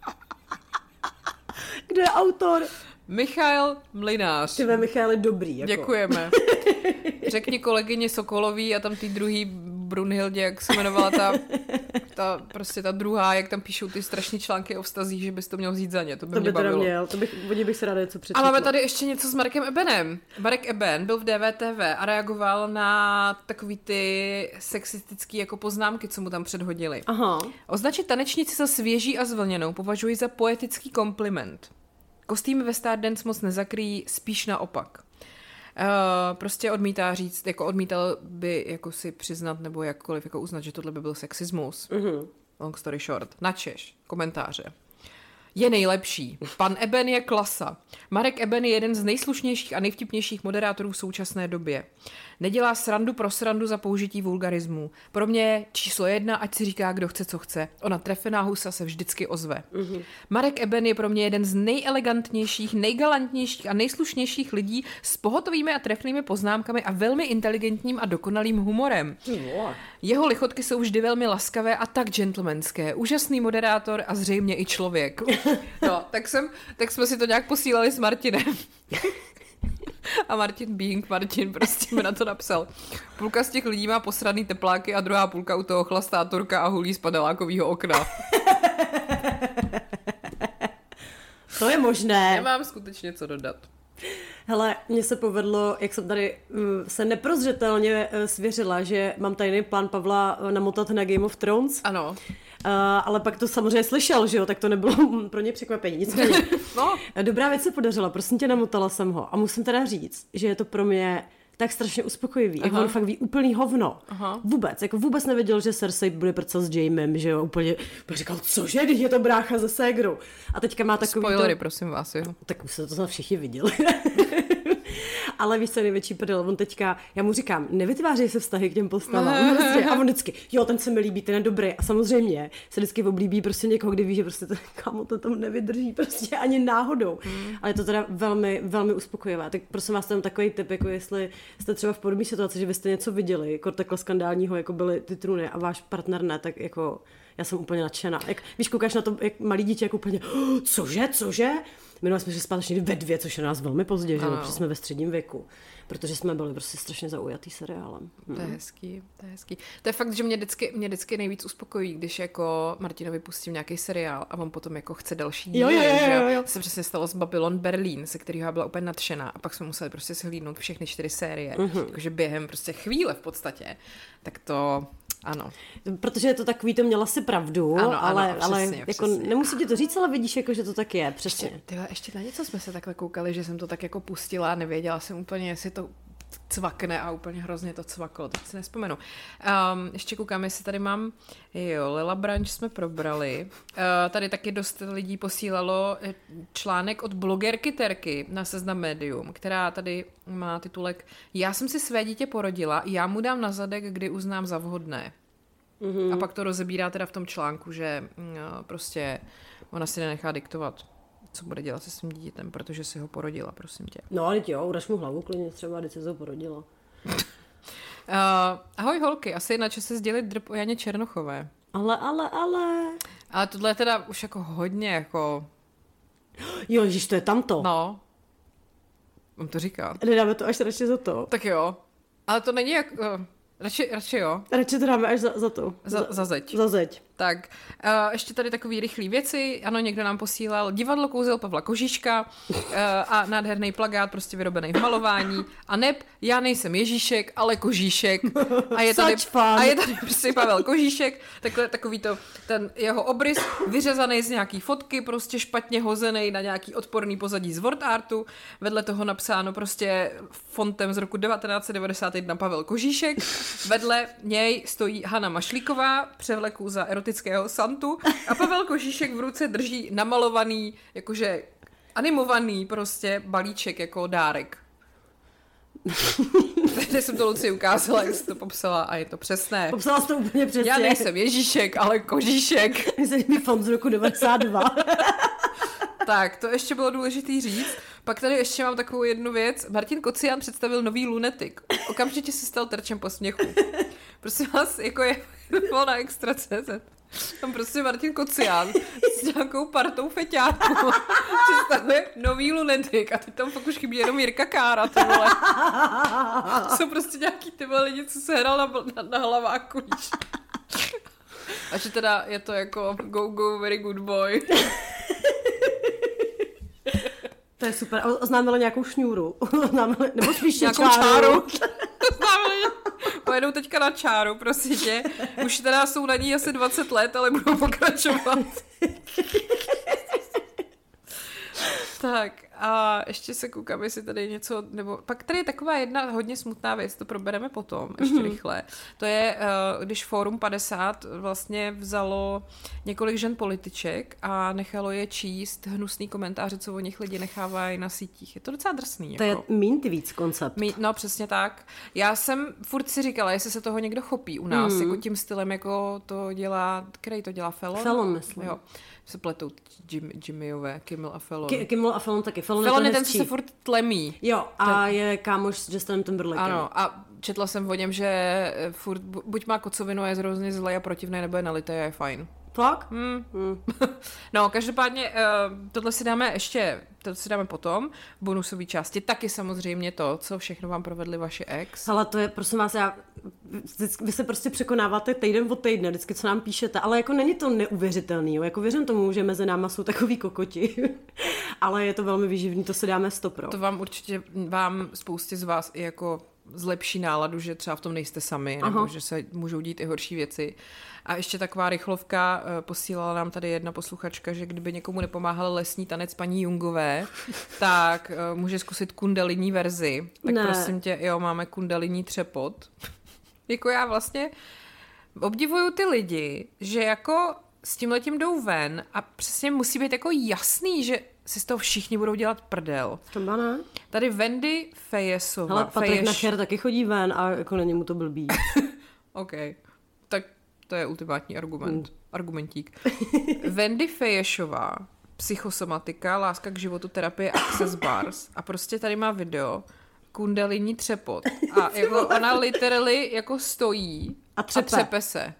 Kdo je autor? Michal Mlynář. Ty ve Michal je dobrý. Jako. Děkujeme. Řekni kolegyně Sokolový a tam ty druhý Brunhildě, jak se jmenovala ta, ta, prostě ta druhá, jak tam píšou ty strašný články o vztazích, že bys to měl vzít za ně. To by, to by mě bavilo. Měl, to bych, od bych se ráda něco přečetla. A máme tady ještě něco s Markem Ebenem. Marek Eben byl v D V T V a reagoval na takový ty sexistický jako poznámky, co mu tam předhodili. Aha. Označit tanečnici za svěží a zvlněnou považuji za poetický kompliment. Kostýmy ve Stardance moc nezakryjí, spíš naopak. Uh, prostě odmítá říct, jako odmítal by jako si přiznat nebo jakkoliv jako uznat, že tohle by byl sexismus. Mm-hmm. Long story short. Načeš. Komentáře. Je nejlepší. Pan Eben je klasa. Marek Eben je jeden z nejslušnějších a nejvtipnějších moderátorů v současné době. Nedělá srandu pro srandu za použití vulgarismů. Pro mě je číslo jedna, ať si říká, kdo chce, co chce. Ona trefená husa se vždycky ozve. Mm-hmm. Marek Eben je pro mě jeden z nejelegantnějších, nejgalantnějších a nejslušnějších lidí s pohotovými a trefnými poznámkami a velmi inteligentním a dokonalým humorem. Mm. Jeho lichotky jsou vždy velmi laskavé a tak gentlemanské. Úžasný moderátor a zřejmě i člověk. No, tak, jsem, tak jsme si to nějak posílali s Martinem. A Martin Being, Martin prostě mi na to napsal. Půlka z těch lidí má posraný tepláky a druhá půlka u toho chlastá turka a hulí z panelákovýho okna. To je možné. Nemám skutečně co dodat. Hele, mně se povedlo, jak jsem tady uh, se neprozřetelně uh, svěřila, že mám tajný plán Pavla namotat na Game of Thrones. Ano. Uh, ale pak to samozřejmě slyšel, že jo, tak to nebylo pro ně překvapení. Nicméně, no. Dobrá věc se podařila, prostě tě namotala jsem ho. A musím teda říct, že je to pro mě tak strašně uspokojivý. Jak on fakt ví úplný hovno. Aha. Vůbec, jako vůbec nevěděl, že Cersei bude prcat s Jaimem, že jo, úplně, úplně říkal, cože, když je to brácha ze ségrou. A teďka má takový spoilery, to... prosím vás, jo. Tak už se to snad všichni viděli. Ale víš, co je největší prdel, on teďka, já mu říkám, nevytváří se vztahy k těm postavám. Prostě, a on vždycky, jo, ten se mi líbí, ten je dobrý. A samozřejmě se vždycky oblíbí prostě někoho, kdy ví, že prostě to, kamo to tam nevydrží prostě ani náhodou. Hmm. Ale je to teda velmi, velmi uspokojivé. Tak prosím vás, tam takový tip, jako jestli jste třeba v podobné situaci, že vy jste něco viděli, jako takhle skandálního, jako byly ty trůny a váš partner ne, tak jako já jsem úplně nadšená. Jak, víš, koukáš na to, jak malý dítě, jako úplně, oh, cože, cože? Minule jsme šli spát někdy ve dvě, což je na nás velmi pozdě, že? Protože jsme ve středním věku. Protože jsme byli prostě strašně zaujatý seriálem. Hmm. To je hezký, to je hezký. To je fakt, že mě vždycky, mě vždycky nejvíc uspokojí, když jako Martinovi pustím nějaký seriál a on potom jako chce další díly. Jo, jo, jo, jo, jo. Se přesně stalo s Babylon Berlin, se kterého já byla úplně nadšená a pak jsme museli prostě shlídnout všechny čtyři série. Mm-hmm. Takže během prostě chvíle v podstatě. Tak to... Ano. Protože je to takový, to měla si pravdu, ano, ale, ano, přesně, ale přesně. jako nemusí ti to říct, ale vidíš, jako, že to tak je, přesně. Ještě, tyhle, ještě na něco jsme se takhle koukali, že jsem to tak jako pustila a nevěděla jsem úplně, jestli to cvakne a úplně hrozně to cvaklo, teď si nespomenu. Um, ještě koukám, jestli tady mám, jo, Lila Branch jsme probrali. Uh, tady taky dost lidí posílalo článek od blogerky Terky na Seznam Médium, která tady má titulek Já jsem si své dítě porodila, já mu dám na zadek, kdy uznám za vhodné. Mm-hmm. A pak to rozebírá teda v tom článku, že no, prostě ona si nenechá diktovat, co bude dělat se svým dítětem, protože si ho porodila, prosím tě. No ale jo, uraž mu hlavu klidně třeba, když se to porodila. uh, ahoj holky, asi na čase sdělit drb o Janě Černochové. Ale, ale, ale... Ale tohle je teda už jako hodně jako... Jo, ježiš, to je tamto. No. Mám to říkat. Nedáme to až radši za to. Tak jo. Ale to není jak... Uh, radši, radši jo. Radši to dáme až za, za to. Za, za, za zeď. Za zeď. Tak, uh, ještě tady takový rychlý věci. Ano, někdo nám posílal divadlo kouzel Pavla Kožíška uh, a nádherný plakát, prostě vyrobený v malování. A neb, já nejsem Ježíšek, ale Kožíšek. A je tady, a je tady prostě Pavel Kožíšek, takhle, takový to, ten jeho obrys vyřezaný z nějaký fotky, prostě špatně hozený na nějaký odporný pozadí z word artu. Vedle toho napsáno prostě fontem z roku devatenáct set devadesát jedna Pavel Kožíšek. Vedle něj stojí Hana Mašlíková, převleku za erotického Santu a Pavel Kožíšek v ruce drží namalovaný, jakože animovaný prostě balíček jako dárek. Teď jsem to Luci ukázala, jak jsi to popsala a je to přesné. Popsala jsi to úplně přesně. Já nejsem Ježíšek, ale Kožíšek. Myslím, že mi fond z roku devadesát dva. Tak, to ještě bylo důležitý říct. Pak tady ještě mám takovou jednu věc. Martin Kocián představil nový lunetik. Okamžitě se stal terčem posměchu. Prosím vás, jako je na extra tečka cé zet. Tam prostě Martin Kocián s nějakou partou feťáků představuje nový lunetik a teď tam fakt už chybí jenom Jirka Kára, ty vole. To jsou prostě nějaký ty vole lidi, co se hrál na, na, na hlaváku, víš. A že teda je to jako go, go, very good boy. To je super. Oznámila nějakou šňůru. Oznámila, nebo spíš nějakou čáru. čáru. Pojedou teďka na čáru, prosím tě. Už teda jsou na ní asi dvacet let, ale budou pokračovat. Tak a ještě se koukám, jestli tady něco, nebo pak tady je taková jedna hodně smutná věc, to probereme potom, ještě mm-hmm. rychle. To je, když Fórum padesát vlastně vzalo několik žen političek a nechalo je číst hnusný komentáře, co o nich lidi nechávají na sítích. Je to docela drsný. To jako. je mean víc koncept. Mí, no přesně tak. Já jsem furt si říkala, jestli se toho někdo chopí u nás, mm. jako tím stylem, jako to dělá, který to dělá Fallon? Fallon, myslím. Jo. Se pletou Jim, Jimmyové, Kimmel a Fallon. K- Kimmel a Fallon taky. Fallon, Fallon je, je ten, co se furt tlemí. Jo, a ten... je kámoš s Justinem Timberlakem. Ano, a četla jsem o něm, že furt buď má kocovinu a je hrozně zlej a protivnej, nebo je nalitej a je fajn. Fakt? Hmm. Hmm. No, každopádně uh, tohle si dáme ještě, tohle si dáme potom, v bonusové části, taky samozřejmě to, co všechno vám provedli vaši ex. Ale to je, prosím vás, já, vy se prostě překonáváte týden od týdne, vždycky, co nám píšete, ale jako není to neuvěřitelný, jo? Jako věřím tomu, že mezi náma jsou takový kokoti, ale je to velmi výživný, to si dáme stopro. To vám určitě, vám spoustě z vás i jako zlepší náladu, že třeba v tom nejste sami, nebo Aha. že se můžou dít i horší věci. A ještě taková rychlovka, posílala nám tady jedna posluchačka, že kdyby někomu nepomáhal lesní tanec paní Jungové, tak může zkusit kundalini verzi. Tak ne. Prosím tě, jo, máme kundalini třepot. Jako já vlastně obdivuju ty lidi, že jako s tímhletím jdou ven a přesně musí být jako jasný, že si z toho všichni budou dělat prdel. To ne. Tady Wendy Fejesová. Ale Patrik Feješ... Nacher taky chodí ven a jako není mu to blbý. OK. Tak to je ultimátní argument. Mm. Argumentík. Wendy Feješová, psychosomatika, láska k životu, terapie, Access Bars. A prostě tady má video kundalini třepot. A jako ona literally jako stojí a třepe, a třepe se.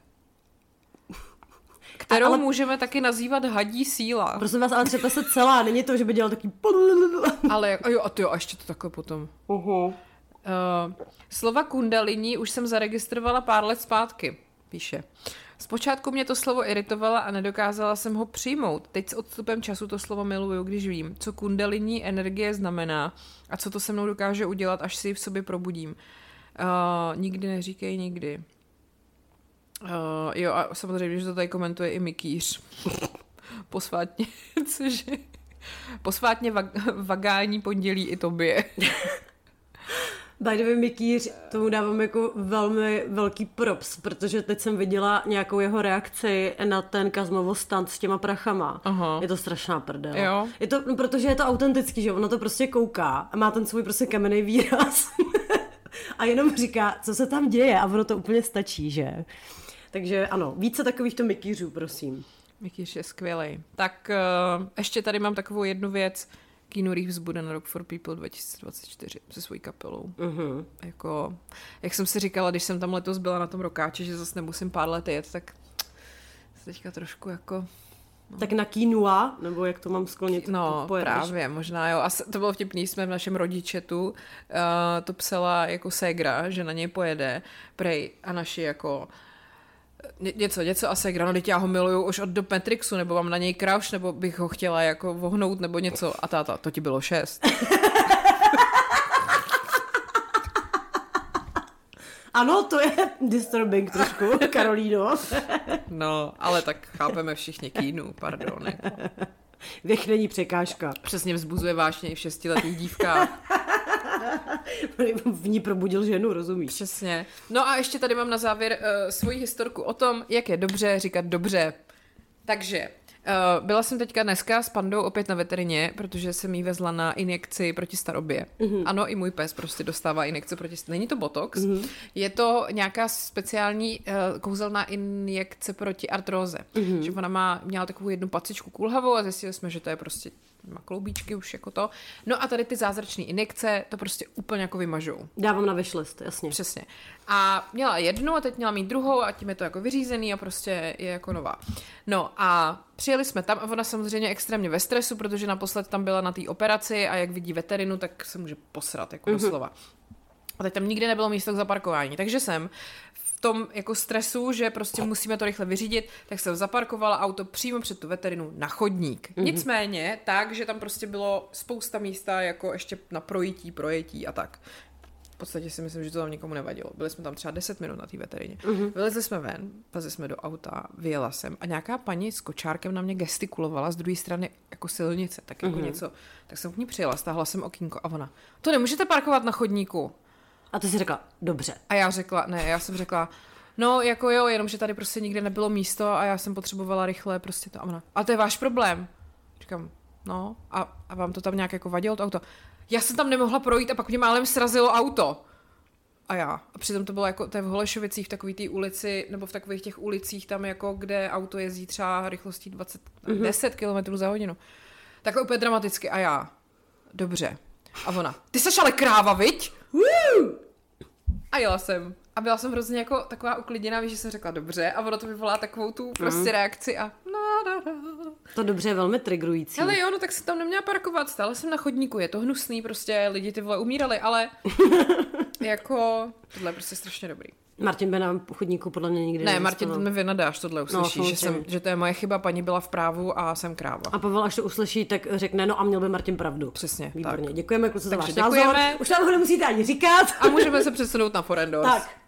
Kterou ale... můžeme taky nazývat hadí síla. Prosím vás, ale třepe se celá, není to, že by dělal taký... Ale a jo, a ty jo, a ještě to takhle potom. Uh-huh. Uh, slova kundalini už jsem zaregistrovala pár let zpátky, píše. Zpočátku mě to slovo iritovalo a nedokázala jsem ho přijmout. Teď s odstupem času to slovo miluju, když vím, co kundalini energie znamená a co to se mnou dokáže udělat, až si ji v sobě probudím. Uh, nikdy neříkej nikdy. Uh, jo a samozřejmě, že to tady komentuje i Mikýř. Posvátně, cože? Posvátně vag- vagální pondělí i tobě. By the way, Mikýř, tomu dávám jako velmi velký props, protože teď jsem viděla nějakou jeho reakci na ten Kazmovo stand s těma prachama. Aha. Je to strašná prdel. Jo. Je to, no, protože je to autentický, že ono to prostě kouká a má ten svůj prostě kamenný výraz. A jenom říká, co se tam děje a ono to úplně stačí, že? Takže ano, více takovýchto mikýřů, prosím. Mikýř je skvělej. Tak uh, ještě tady mám takovou jednu věc. Keanu Reeves bude na Rock for People dva tisíce dvacet čtyři se svojí kapelou. Uh-huh. Jako, jak jsem si říkala, když jsem tam letos byla na tom rokáči, že zase nemusím pár let jet, tak teďka trošku jako... No. Tak na Keanua, nebo jak to mám sklonit? No, právě, možná jo. A to bylo vtipný, jsme v našem rodičetu, uh, to psala jako ségra, že na něj pojede, prej a naši jako... Ně, něco, něco a ségra, no teď já ho miluju už od do Matrixu, nebo mám na něj crush, nebo bych ho chtěla jako vohnout, nebo něco. A táta, to ti bylo šest. Ano, to je disturbing trošku, Karolíno. No, ale tak chápeme všichni Keanu, pardon. Jako. Věk není překážka. Přesně vzbuzuje vášně i v šestiletých dívkách. V ní probudil ženu, rozumíš? Přesně. No a ještě tady mám na závěr uh, svoji historku o tom, jak je dobře říkat dobře. Takže uh, byla jsem teďka dneska s Pandou opět na veterině, protože jsem jí vezla na injekci proti starobě. Mm-hmm. Ano, i můj pes prostě dostává injekce proti starobě. Není to botox, mm-hmm. je to nějaká speciální uh, kouzelná injekce proti artróze. Mm-hmm. Že ona má, měla takovou jednu pacičku kulhavou a zjistili jsme, že to je prostě má kloubíčky už jako to. No a tady ty zázračné injekce to prostě úplně jako vymažou. Dávám na wishlist, jasně. Přesně. A měla jednu a teď měla mít druhou a tím je to jako vyřízený a prostě je jako nová. No a přijeli jsme tam a ona samozřejmě extrémně ve stresu, protože naposled tam byla na té operaci a jak vidí veterinu, tak se může posrat jako mm-hmm. doslova. A teď tam nikdy nebylo místo k zaparkování, takže jsem v tom jako stresu, že prostě musíme to rychle vyřídit, tak jsem zaparkovala auto přímo před tu veterinu na chodník. Mm-hmm. Nicméně tak, že tam prostě bylo spousta místa jako ještě na projití, projetí a tak. V podstatě si myslím, že to tam nikomu nevadilo. Byli jsme tam třeba deset minut na té veterině. Mm-hmm. Vylezli jsme ven, vlezli jsme do auta, vyjela jsem a nějaká paní s kočárkem na mě gestikulovala z druhé strany jako silnice, tak jako mm-hmm. něco. Tak jsem k ní přijela, stáhla jsem okýnko a ona, to nemůžete parkovat na chodníku. A ty jsi řekla, dobře. A já řekla, ne, já jsem řekla, no jako jo, jenomže tady prostě nikde nebylo místo a já jsem potřebovala rychle prostě to a ona, a to je váš problém. Říkám, no a, a vám to tam nějak jako vadilo to auto. Já jsem tam nemohla projít a pak mě málem srazilo auto. A já. A přitom to bylo jako, to je v Holešovicích, v takový té ulici, nebo v takových těch ulicích tam jako, kde auto jezdí třeba rychlostí dvacet, mm-hmm. deset kilometrů za hodinu. Takhle úplně dramaticky a já. Dobře. A ona, ty seš ale kráva, viď? Woo! A jela jsem. A byla jsem hrozně jako taková uklidněná, víš, že jsem řekla dobře a ono to vyvolá takovou tu prostě mm. reakci a na, na, na. To dobře je velmi triggerující. Ale jo, no tak jsem tam neměla parkovat, stále jsem na chodníku, je to hnusný, prostě lidi ty vole umírali, ale jako tohle je prostě strašně dobrý. Martin by na chodníku podle mě nikdy ne. Ne, Martin, ty mi vynadáš, tohle uslyší, no, že, jsem, že to je moje chyba, paní byla v právu a jsem kráva. A Pavel, až to uslyší, tak řekne, no a měl by Martin pravdu. Přesně. Výborně, tak. děkujeme kluci za váš děkujeme. názor. Už nám ho nemusíte ani říkat. A můžeme se přesunout na Forendors. Tak.